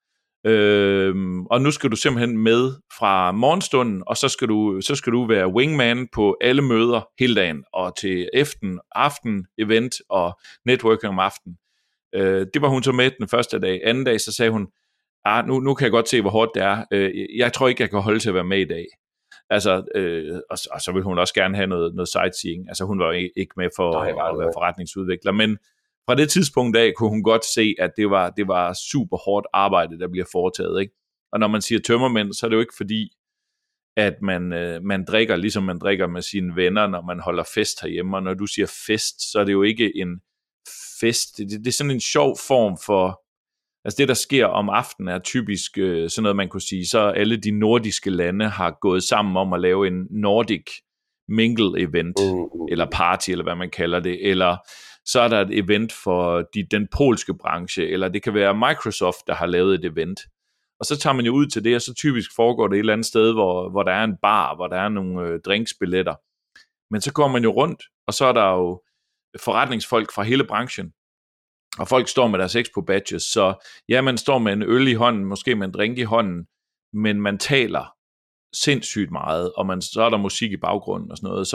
og nu skal du simpelthen med fra morgenstunden, og så skal du være wingman på alle møder hele dagen, og til aften event og networking om aftenen. Det var hun så med den første dag. Anden dag, så sagde hun, nu kan jeg godt se, hvor hårdt det er. Jeg tror ikke, jeg kan holde til at være med i dag. Altså, og så ville hun også gerne have noget sightseeing. Altså, hun var ikke med for at være forretningsudvikler, men fra det tidspunkt af kunne hun godt se, at det var super hårdt arbejde, der bliver foretaget, ikke? Og når man siger tømmermænd, så er det jo ikke fordi, at man drikker, ligesom man drikker med sine venner, når man holder fest herhjemme. Og når du siger fest, så er det jo ikke en fest. Det er sådan en sjov form for... Altså det, der sker om aftenen, er typisk sådan noget, man kunne sige, så alle de nordiske lande har gået sammen om at lave en Nordic mingle event, eller party, eller hvad man kalder det, eller så er der et event for den polske branche, eller det kan være Microsoft, der har lavet et event. Og så tager man jo ud til det, og så typisk foregår det et eller andet sted, hvor der er en bar, hvor der er nogle drinksbilletter. Men så går man jo rundt, og så er der jo forretningsfolk fra hele branchen, og folk står med deres expo badges, så ja, man står med en øl i hånden, måske med en drink i hånden, men man taler sindssygt meget, og så er der musik i baggrunden og sådan noget,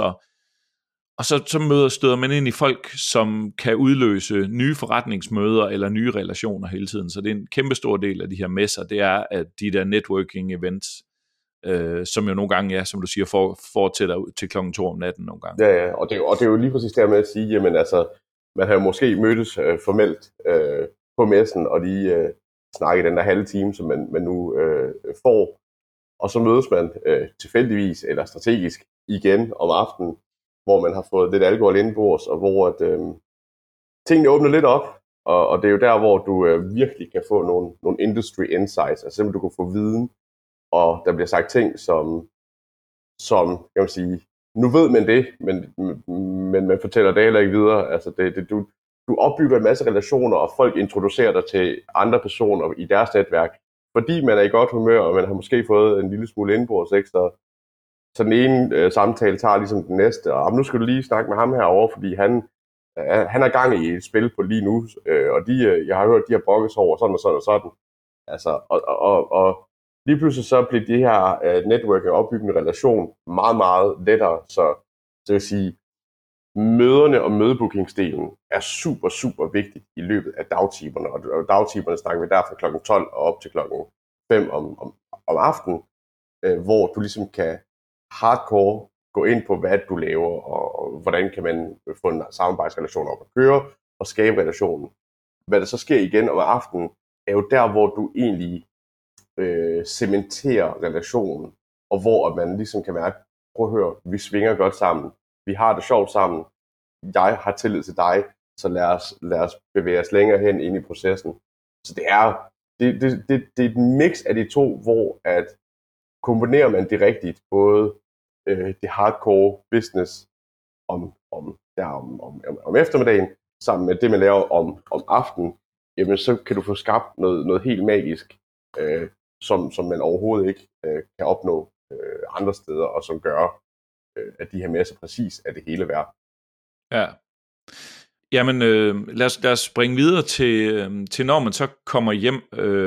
så støder man ind i folk, som kan udløse nye forretningsmøder eller nye relationer hele tiden. Så det er en kæmpe stor del af de her messer, det er, at de der networking events, som jo nogle gange, ja, som du siger, fortsætter til klokken 2 om natten nogle gange. Ja, og det er jo lige præcis der med at sige, jamen altså, man har jo måske mødtes formelt på messen, og lige snakket den der halve time, som man nu får, og så mødes man tilfældigvis eller strategisk igen om aftenen, hvor man har fået lidt alkohol indenbords, og hvor tingene åbner lidt op, og det er jo der, hvor du virkelig kan få nogle industry insights, altså simpelthen du kan få viden, og der bliver sagt ting, som kan man sige, nu ved man det, men man fortæller det heller ikke videre. Altså du opbygger en masse relationer, og folk introducerer dig til andre personer i deres netværk, fordi man er i godt humør, og man har måske fået en lille smule indbords ekstra. Så den ene samtale tager ligesom den næste, og nu skal du lige snakke med ham herovre, fordi han er gang i et spil på lige nu, og jeg har hørt, de har brokket sig over sådan og sådan og sådan. Altså, og lige pludselig så bliver de her netværk og opbyggende relation meget, meget lettere. Så det vil sige, møderne og mødebookingsdelen er super, super vigtigt i løbet af dagtimerne. Og dagtimerne snakker vi derfor kl. 12 og op til kl. 5 om aftenen, hvor du ligesom kan hardcore gå ind på, hvad du laver, og hvordan kan man få en samarbejdsrelation op at køre, og skabe relationen. Hvad der så sker igen om aftenen, er jo der, hvor du egentlig cementerer relationen, og hvor man ligesom kan mærke, prøv at høre, vi svinger godt sammen, vi har det sjovt sammen, jeg har tillid til dig, så lad os bevæge os længere hen ind i processen. Så det er et mix af de to, hvor at kombinerer man det rigtigt, både det hardcore business om eftermiddagen, sammen med det, man laver om aftenen, jamen så kan du få skabt noget helt magisk, som man overhovedet ikke kan opnå andre steder, og som gør, at de her messer præcis er det hele værd. Ja. Jamen, lad os springe videre til når man så kommer hjem,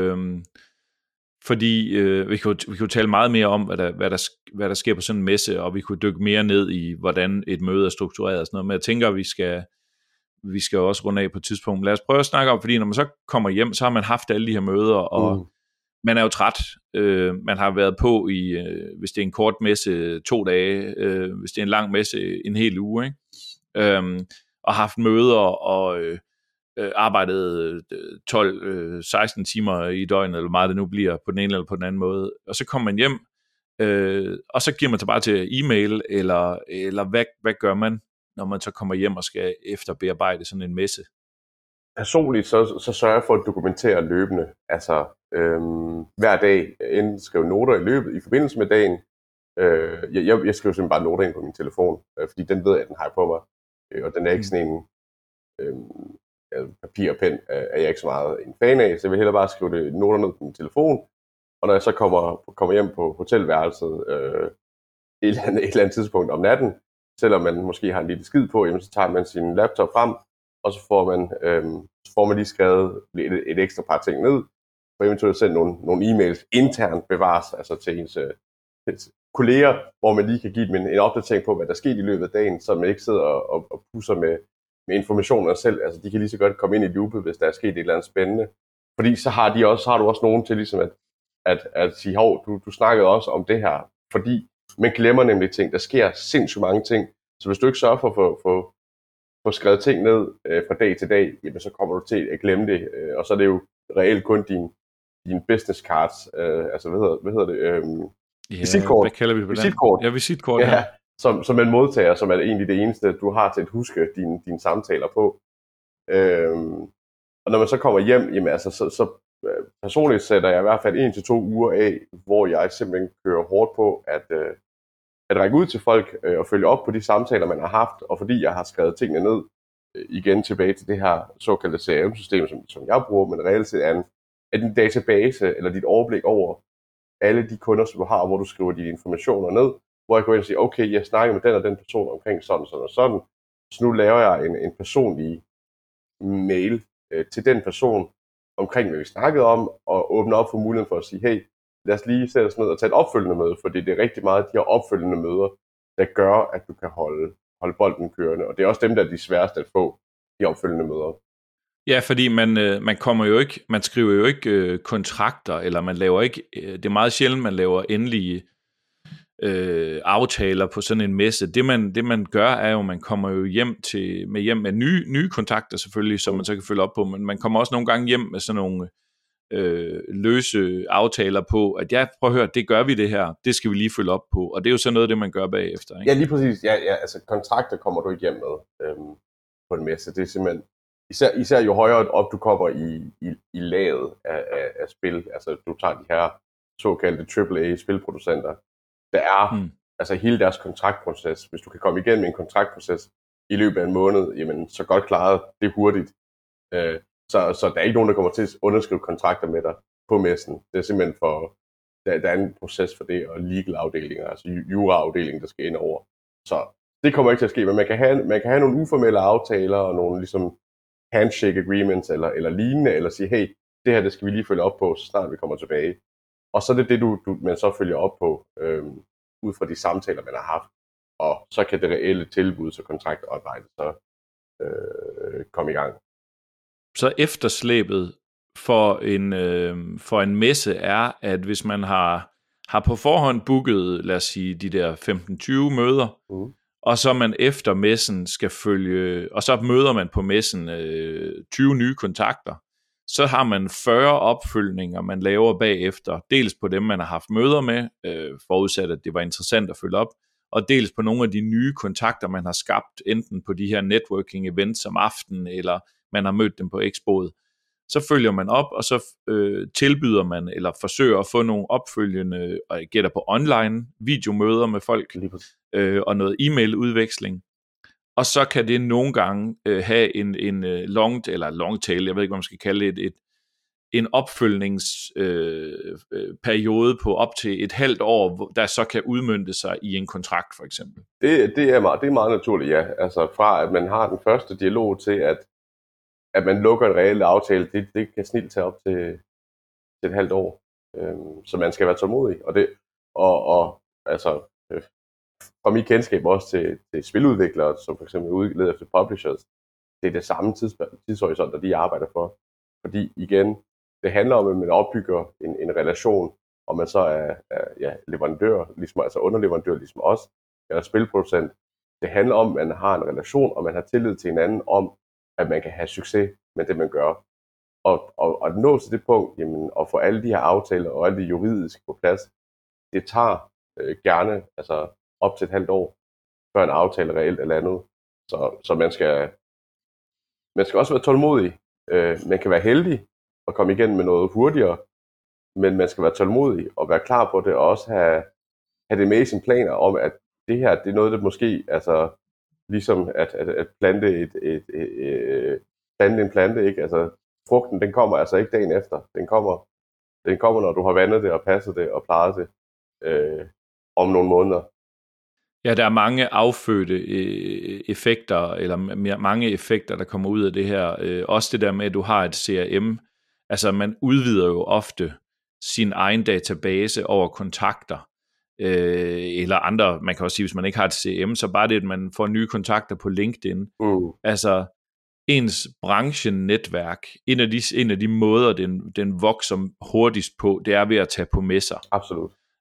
fordi vi kunne tale meget mere om, hvad der sker på sådan en messe, og vi kunne dykke mere ned i, hvordan et møde er struktureret og sådan noget, men jeg tænker, at vi skal også runde af på et tidspunkt. Lad os prøve at snakke om, fordi når man så kommer hjem, så har man haft alle de her møder, og man er jo træt. Man har været på i, hvis det er en kort messe, 2 dage, hvis det er en lang messe, en hel uge, ikke? Og haft møder og arbejdet 12-16 timer i døgnet, eller meget det nu bliver, på den ene eller på den anden måde. Og så kommer man hjem, og så giver man sig bare til e-mail, eller hvad gør man, når man så kommer hjem og skal efterbearbejde sådan en messe? Personligt så sørger jeg for at dokumentere løbende. Altså hver dag, enten skrive noter i løbet i forbindelse med dagen. Jeg skriver simpelthen bare noter ind på min telefon, fordi den ved jeg, at den har på mig. Og den er ikke sådan en papir og pen, er jeg ikke så meget en fan af, så jeg vil hellere bare skrive det noter ned på min telefon. Og når jeg så kommer hjem på hotelværelset et eller andet tidspunkt om natten, selvom man måske har en lille skid på, jamen, så tager man sin laptop frem, og så får man lige skrevet et ekstra par ting ned, og eventuelt sende nogle e-mails internt bevares, altså til ens kolleger, hvor man lige kan give dem en opdatering på, hvad der sker i løbet af dagen, så man ikke sidder og pusser med informationer selv. Altså de kan lige så godt komme ind i loopet, hvis der er sket et eller andet spændende. Fordi så har du også nogen til ligesom at sige, hov, du snakkede også om det her, fordi men glemmer nemlig ting. Der sker sindssygt mange ting. Så hvis du ikke sørger for at få skrevet ting ned fra dag til dag, jamen, så kommer du til at glemme det. Og så er det jo reelt kun din business cards, altså hvad hedder det? Visitkort. Hvad kalder vi på visitkort. Ja, visitkort, ja. Som en modtager, som er egentlig det eneste, du har til at huske dine samtaler på. Og når man så kommer hjem, jamen, altså, så personligt sætter jeg i hvert fald 1 til 2 uger af, hvor jeg simpelthen kører hårdt på at række ud til folk og følge op på de samtaler, man har haft, og fordi jeg har skrevet tingene ned, igen tilbage til det her såkaldte CRM-system, som jeg bruger, men reelt set er en database eller dit overblik over alle de kunder, som du har, hvor du skriver dine informationer ned, hvor jeg går ind og siger, okay, jeg snakker med den og den person omkring sådan og sådan, så nu laver jeg en personlig mail til den person omkring, hvad vi snakkede om, og åbner op for muligheden for at sige, hey, lad os lige sætte os ned og tage et opfølgende møde, fordi det er rigtig meget de her opfølgende møder, der gør, at du kan holde bolden kørende, og det er også dem, der er de sværeste at få, de opfølgende møder. Ja, fordi man skriver jo ikke kontrakter, eller man laver ikke, det er meget sjældent, man laver endelige aftaler på sådan en messe. Det man gør, er jo, man kommer jo hjem med nye kontakter selvfølgelig, som man så kan følge op på, men man kommer også nogle gange hjem med sådan nogle løse aftaler på, at ja, prøv at høre, det gør vi det her, det skal vi lige følge op på, og det er jo så noget af det, man gør bagefter, ikke? Ja, lige præcis. Ja, altså kontrakter kommer du ikke hjem med på en messe. Det er simpelthen, især jo højere op du kommer i laget af spil, altså du tager de her såkaldte AAA spilproducenter, der er altså hele deres kontraktproces. Hvis du kan komme igennem en kontraktproces i løbet af en måned, jamen så godt klaret, det er hurtigt. Så der er ikke nogen, der kommer til at underskrive kontrakter med dig på messen. Det er simpelthen der er en proces for det, og legal afdelinger, altså jura-afdelingen, der skal ind over. Så det kommer ikke til at ske, men man kan have nogle uformelle aftaler, og nogle ligesom handshake agreements, eller lignende, eller sige, hey, det her, det skal vi lige følge op på, så snart vi kommer tilbage. Og så er det man så følger op på, ud fra de samtaler, man har haft. Og så kan det reelle tilbud, så kontraktarbejde, så komme i gang. Så efterslæbet for en messe er, at hvis man har på forhånd booket, lad os sige, de der 15-20 møder, og så man efter messen skal følge, og så møder man på messen 20 nye kontakter, så har man 40 opfølgninger, man laver bagefter, dels på dem, man har haft møder med, forudsat, at det var interessant at følge op, og dels på nogle af de nye kontakter, man har skabt, enten på de her networking events om aftenen, eller man har mødt dem på expoet. Så følger man op, og så tilbyder man, eller forsøger at få nogle opfølgende, og jeg gætter på online videomøder med folk, og noget e-mail-udveksling. Og så kan det nogle gange have en long tail, jeg ved ikke, hvad man skal kalde det, en opfølgningsperiode på op til et halvt år, der så kan udmønte sig i en kontrakt, for eksempel. Det er meget naturligt, ja. Altså fra at man har den første dialog til, at man lukker en reel aftale, det kan snilt tage op til et halvt år. Så man skal være tålmodig. Og altså, fra mit kendskab også til spiludviklere, som for eksempel udleder efter publishers, det er det samme tidshorisont, de arbejder for. Fordi igen, det handler om, at man opbygger en relation, og man så er leverandør, ligesom, altså underleverandør ligesom os, eller spilproducent. Det handler om, at man har en relation, og man har tillid til hinanden om, at man kan have succes med det, man gør. Og at nå til det punkt, jamen, og få alle de her aftaler og alle de juridiske på plads, det tager gerne altså op til et halvt år, før en aftale reelt eller andet. Så man skal også være tålmodig. Man kan være heldig og komme igen med noget hurtigere, men man skal være tålmodig og være klar på det, og også have det med i sine planer om, at det her, det er noget, der måske, altså ligesom at plante plante en plante, ikke? Altså frugten, den kommer altså ikke dagen efter. Den kommer, når du har vandet det og passet det og plejet det om nogle måneder. Ja, der er mange affødte effekter, eller mange effekter, der kommer ud af det her. Også det der med, at du har et CRM. Altså, man udvider jo ofte sin egen database over kontakter. Eller andre, man kan også sige, hvis man ikke har et CRM, så bare det, at man får nye kontakter på LinkedIn. Altså, ens branchenetværk, en af de måder, den vokser hurtigst på, det er ved at tage på messer. Absolut.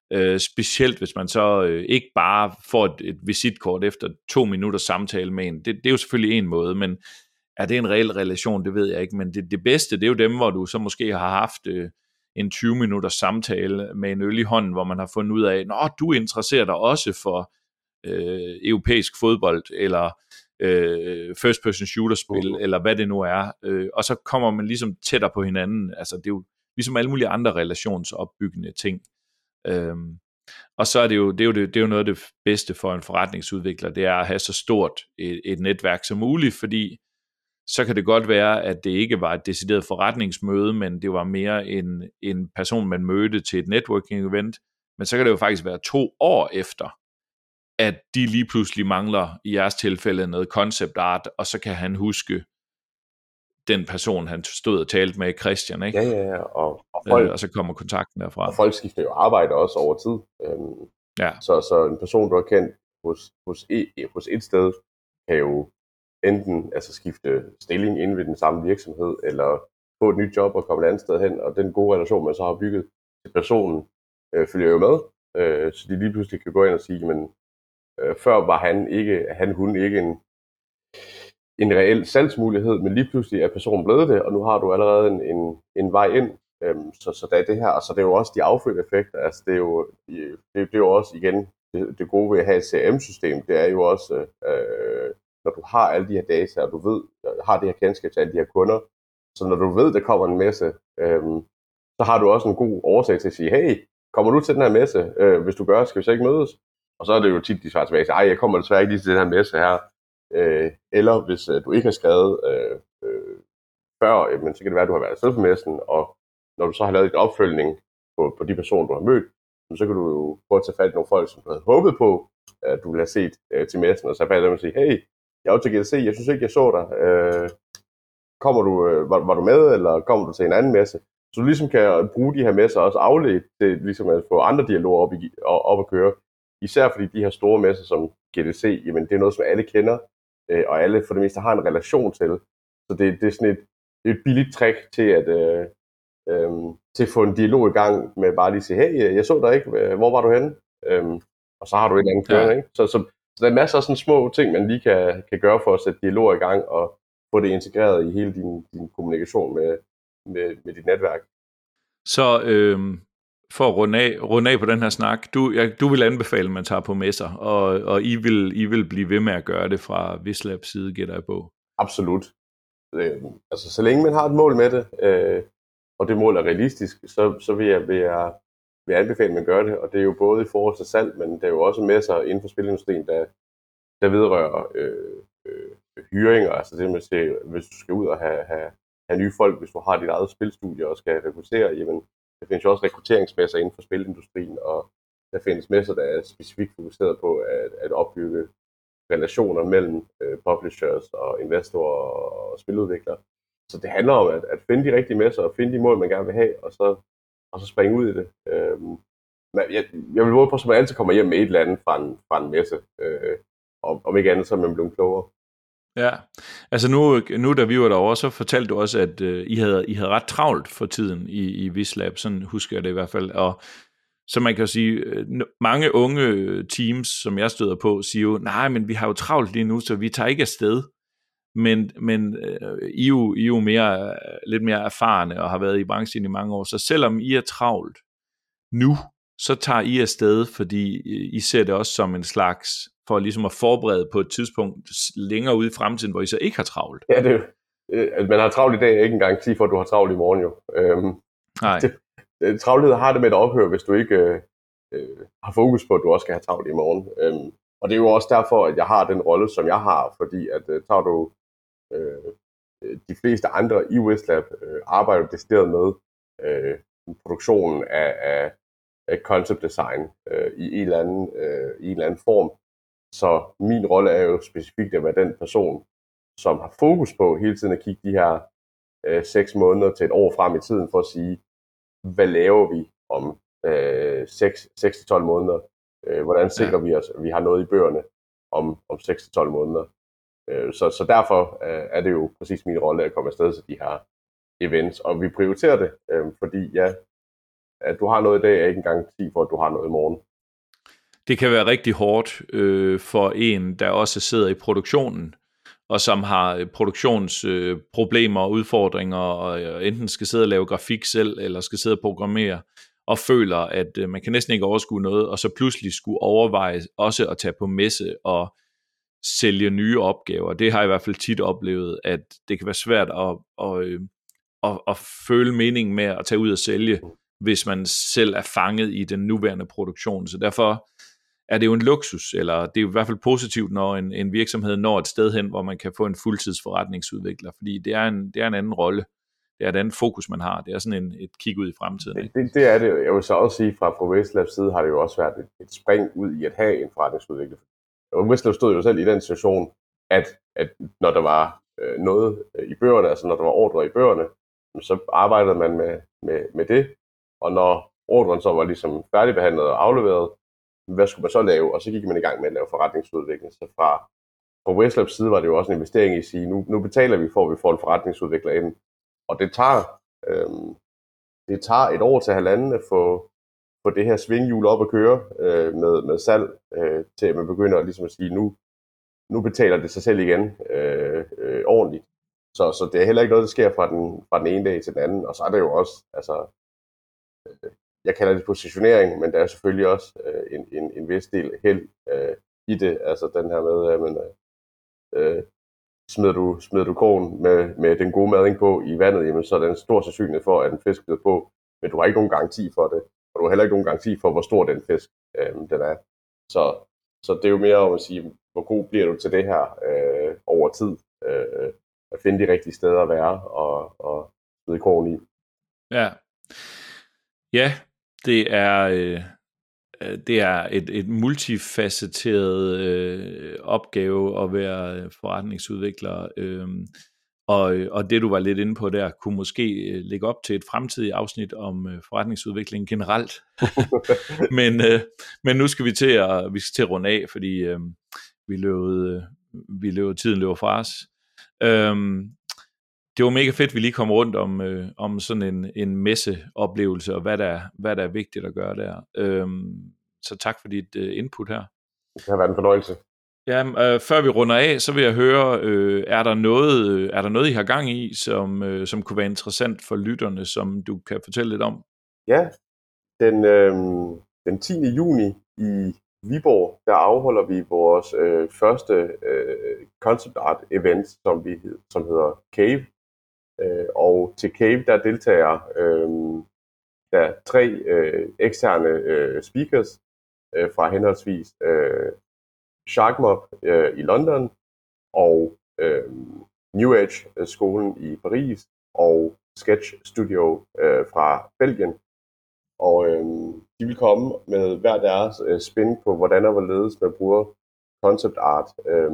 Specielt hvis man så ikke bare får et visitkort efter 2 minutters samtale med en. Det er jo selvfølgelig en måde, men er det en reel relation, det ved jeg ikke. Men det bedste, det er jo dem, hvor du så måske har haft en 20 minutters samtale med en øl i hånden, hvor man har fundet ud af, nå, du interesserer dig også for europæisk fodbold, eller first person shooter spil, eller hvad det nu er. Og så kommer man ligesom tættere på hinanden. Altså det er jo ligesom alle mulige andre relationsopbyggende ting. Og så er det er jo noget af det bedste for en forretningsudvikler, det er at have så stort et netværk som muligt, fordi så kan det godt være, at det ikke var et decideret forretningsmøde, men det var mere en person, man mødte til et networking event, men så kan det jo faktisk være 2 år efter, at de lige pludselig mangler i jeres tilfælde noget concept art, og så kan han huske den person, han stod og talte med, Christian, ikke? Ja, og folk, og så kommer kontakten derfra. Og folk skifter jo arbejde også over tid. Ja. Så en person, du har kendt hos et sted, kan jo enten skifte stilling inden ved den samme virksomhed, eller få et nyt job og komme et andet sted hen, og den gode relation, man så har bygget til personen, følger jo med. Så de lige pludselig kan gå ind og sige, men før var hun ikke en reel salgsmulighed, men lige pludselig er personen blevet det, og nu har du allerede en vej ind. Så der er det her, og så det er jo også de affødte effekter. Altså det er jo også igen det gode ved at have et CRM-system. Det er jo også, når du har alle de her data, og du har det her kendskab til alle de her kunder, så når du ved, der kommer en messe, så har du også en god årsag til at sige, hey, kommer du til den her messe? Hvis du gør, skal vi så ikke mødes? Og så er det jo tit, de svarer tilbage, ej, jeg kommer desværre ikke lige til den her messe her. Eller hvis du ikke har skrevet før, men så kan det være, at du har været afsted på messen, og når du så har lavet en opfølgning på de personer, du har mødt, så kan du jo prøve at tage fat i nogle folk, som du havde håbet på, at du ville have set til messen, og så fat i dem og sige, hey, jeg er jo til GDC, jeg synes ikke, jeg så dig. Var du med, eller kommer du til en anden messe? Så du ligesom kan bruge de her messer også afledt til ligesom at få andre dialoger op at køre. Især fordi de her store messer som GDC, jamen det er noget, som alle kender, og alle for det meste har en relation til. Så det er sådan et billigt trick til at få en dialog i gang med bare lige at sige, hey, jeg så dig ikke, hvor var du henne? Og så har du et eller andet kørende, ikke? Så der er masser af sådan små ting, man lige kan gøre for at sætte dialog i gang og få det integreret i hele din kommunikation med dit netværk. Så for at runde af på den her snak, du vil anbefale, at man tager på messer, og I vil blive ved med at gøre det fra Wislabs side, gætter jeg på? Absolut. Så længe man har et mål med det, og det mål er realistisk, så vil jeg anbefale, at man gør det, og det er jo både i forhold til salg, men der er jo også messer inden for spilindustrien, der vedrører hyringer, altså det med at se, hvis du skal ud og have nye folk, hvis du har dit eget spilstudie og skal rekruttere, jamen der findes jo også rekrutteringsmesser inden for spilindustrien, og der findes messer, der er specifikt fokuseret på at opbygge relationer mellem publishers og investorer og spiludviklere. Så det handler om at finde de rigtige messer og finde de mål, man gerne vil have, og så springe ud i det. Jeg vil våge på, at man altid kommer hjem med et eller andet fra en messe, og om ikke andet, så er man blevet klogere. Ja, altså nu da vi var derovre, så fortalte du også, at I havde ret travlt for tiden i Wislab, sådan husker jeg det i hvert fald, og så man kan jo sige, mange unge teams, som jeg støder på, siger jo, nej, men vi har jo travlt lige nu, så vi tager ikke afsted, men I er jo lidt mere erfarne og har været i branchen i mange år, så selvom I er travlt nu, så tager I afsted, fordi I ser det også som en slags, for ligesom at forberede på et tidspunkt længere ude i fremtiden, hvor I så ikke har travlt. Ja, man har travlt i dag, ikke engang sige for, at du har travlt i morgen jo. Nej. Travlhed har det med at ophøre, hvis du ikke har fokus på, at du også skal have travlt i morgen. Og det er jo også derfor, at jeg har den rolle, som jeg har, fordi at tager du de fleste andre i Wislab arbejder decideret med produktionen af concept design i en eller anden form. Så min rolle er jo specifikt at være den person, som har fokus på hele tiden at kigge de her 6 måneder til et år frem i tiden for at sige, hvad laver vi om 6-12 måneder? Hvordan sikrer vi os, at vi har noget i bøgerne om 6-12 måneder? Så derfor er det jo præcis min rolle at komme afsted til de her events, og vi prioriterer det, fordi at du har noget i dag, er ikke en garanti for, at du har noget i morgen. Det kan være rigtig hårdt for en, der også sidder i produktionen, og som har produktionsproblemer og udfordringer, og enten skal sidde og lave grafik selv, eller skal sidde og programmere, og føler, at man kan næsten ikke overskue noget, og så pludselig skulle overveje også at tage på messe og sælge nye opgaver. Det har jeg i hvert fald tit oplevet, at det kan være svært at føle meningen med at tage ud og sælge, hvis man selv er fanget i den nuværende produktion. Så derfor er det jo en luksus, eller det er jo i hvert fald positivt, når en virksomhed når et sted hen, hvor man kan få en fuldtidsforretningsudvikler, fordi det er en anden rolle. Det er et andet fokus, man har. Det er sådan et kig ud i fremtiden. Det er det jo. Jeg vil så også sige, fra Westlabs side har det jo også været et spring ud i at have en forretningsudvikler. Westlabs stod jo selv i den situation, at når der var noget i bøgerne, altså når der var ordre i bøgerne, så arbejdede man med det, og når ordren så var ligesom færdigbehandlet og afleveret, hvad skulle man så lave? Og så gik man i gang med at lave forretningsudvikling. Så fra Westlabs side var det jo også en investering i at sige, nu betaler vi for, at vi får en forretningsudvikler ind. Og det tager et år til halvanden at få det her svinghjul op at køre med salg, til at man begynder ligesom at sige, nu betaler det sig selv igen ordentligt. Så det er heller ikke noget, der sker fra den ene dag til den anden. Og så er det jo også, altså, jeg kalder det positionering, men der er selvfølgelig også en vis del held i det. Altså den her med, at man smider du krogen med den gode mading på i vandet, jamen, så er der en stor sandsynlighed for, at en fisk bliver på, men du har ikke nogen garanti for det, og du har heller ikke nogen garanti for, hvor stor den fisk den er. Så det er jo mere om at sige, hvor god bliver du til det her over tid, at finde de rigtige steder at være og smide krogen i. Ja, det er et multifacetteret opgave at være forretningsudvikler, og det du var lidt inde på der, kunne måske lægge op til et fremtidigt afsnit om forretningsudvikling generelt. men nu skal vi til at runde af, fordi tiden løber fra os. Det var mega fedt, vi lige kom rundt om sådan en messeoplevelse, og hvad der er vigtigt at gøre der. Så tak for dit input her. Det har været en fornøjelse. Ja, før vi runder af, så vil jeg høre, er der noget, I har gang i, som kunne være interessant for lytterne, som du kan fortælle lidt om? Ja, den 10. juni i Viborg, der afholder vi vores første concept art event, som hedder Cave. Og til Cave, der deltager der 3 eksterne speakers fra henholdsvis Sharkmob i London og New Age-skolen i Paris og Sketch Studio fra Belgien. Og de vil komme med hver deres spin på, hvordan og hvorledes man bruger concept art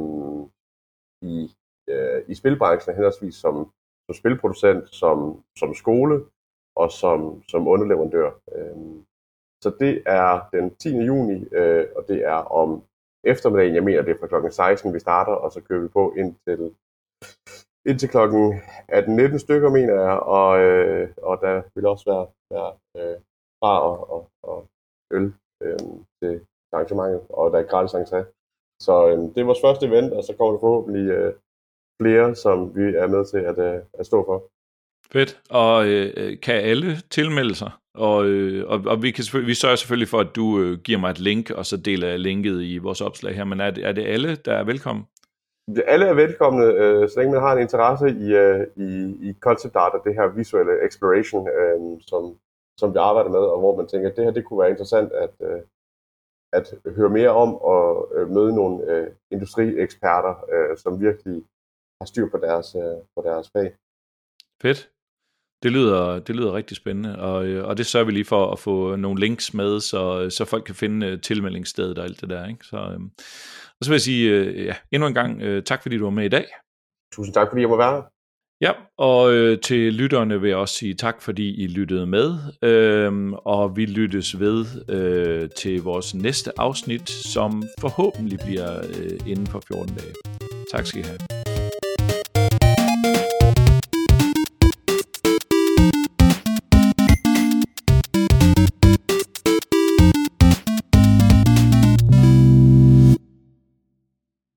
i spilbranchen, henholdsvis som spilproducent, som skole og som underleverandør. Så det er den 10. juni, og det er om eftermiddagen. Jeg mener, det er fra klokken 16, vi starter, og så kører vi på indtil klokken 18-19 stykker, mener jeg, og der vil også være bar og øl til arrangementet, og der er gratis entré. Så det er vores første event, og så kommer der forhåbentlig flere, som vi er med til at stå for. Fedt. Og kan alle tilmelde sig? Og vi sørger selvfølgelig for, at du giver mig et link, og så deler jeg linket i vores opslag her. Men er det alle, der er velkommen? Alle er velkomne, så længe man har en interesse i concept art og det her visuelle exploration, som vi arbejder med, og hvor man tænker, at det her det kunne være interessant at høre mere om og møde nogle industrieksperter, som virkelig har styr på deres fag. Fedt. Det lyder rigtig spændende, og det sørger vi lige for at få nogle links med, så folk kan finde tilmeldingsstedet og alt det der. Ikke? Og så vil jeg sige endnu en gang tak, fordi du var med i dag. Tusind tak, fordi jeg må være her. Ja, og til lytterne vil jeg også sige tak, fordi I lyttede med, og vi lyttes ved til vores næste afsnit, som forhåbentlig bliver inden for 14 dage. Tak skal I have.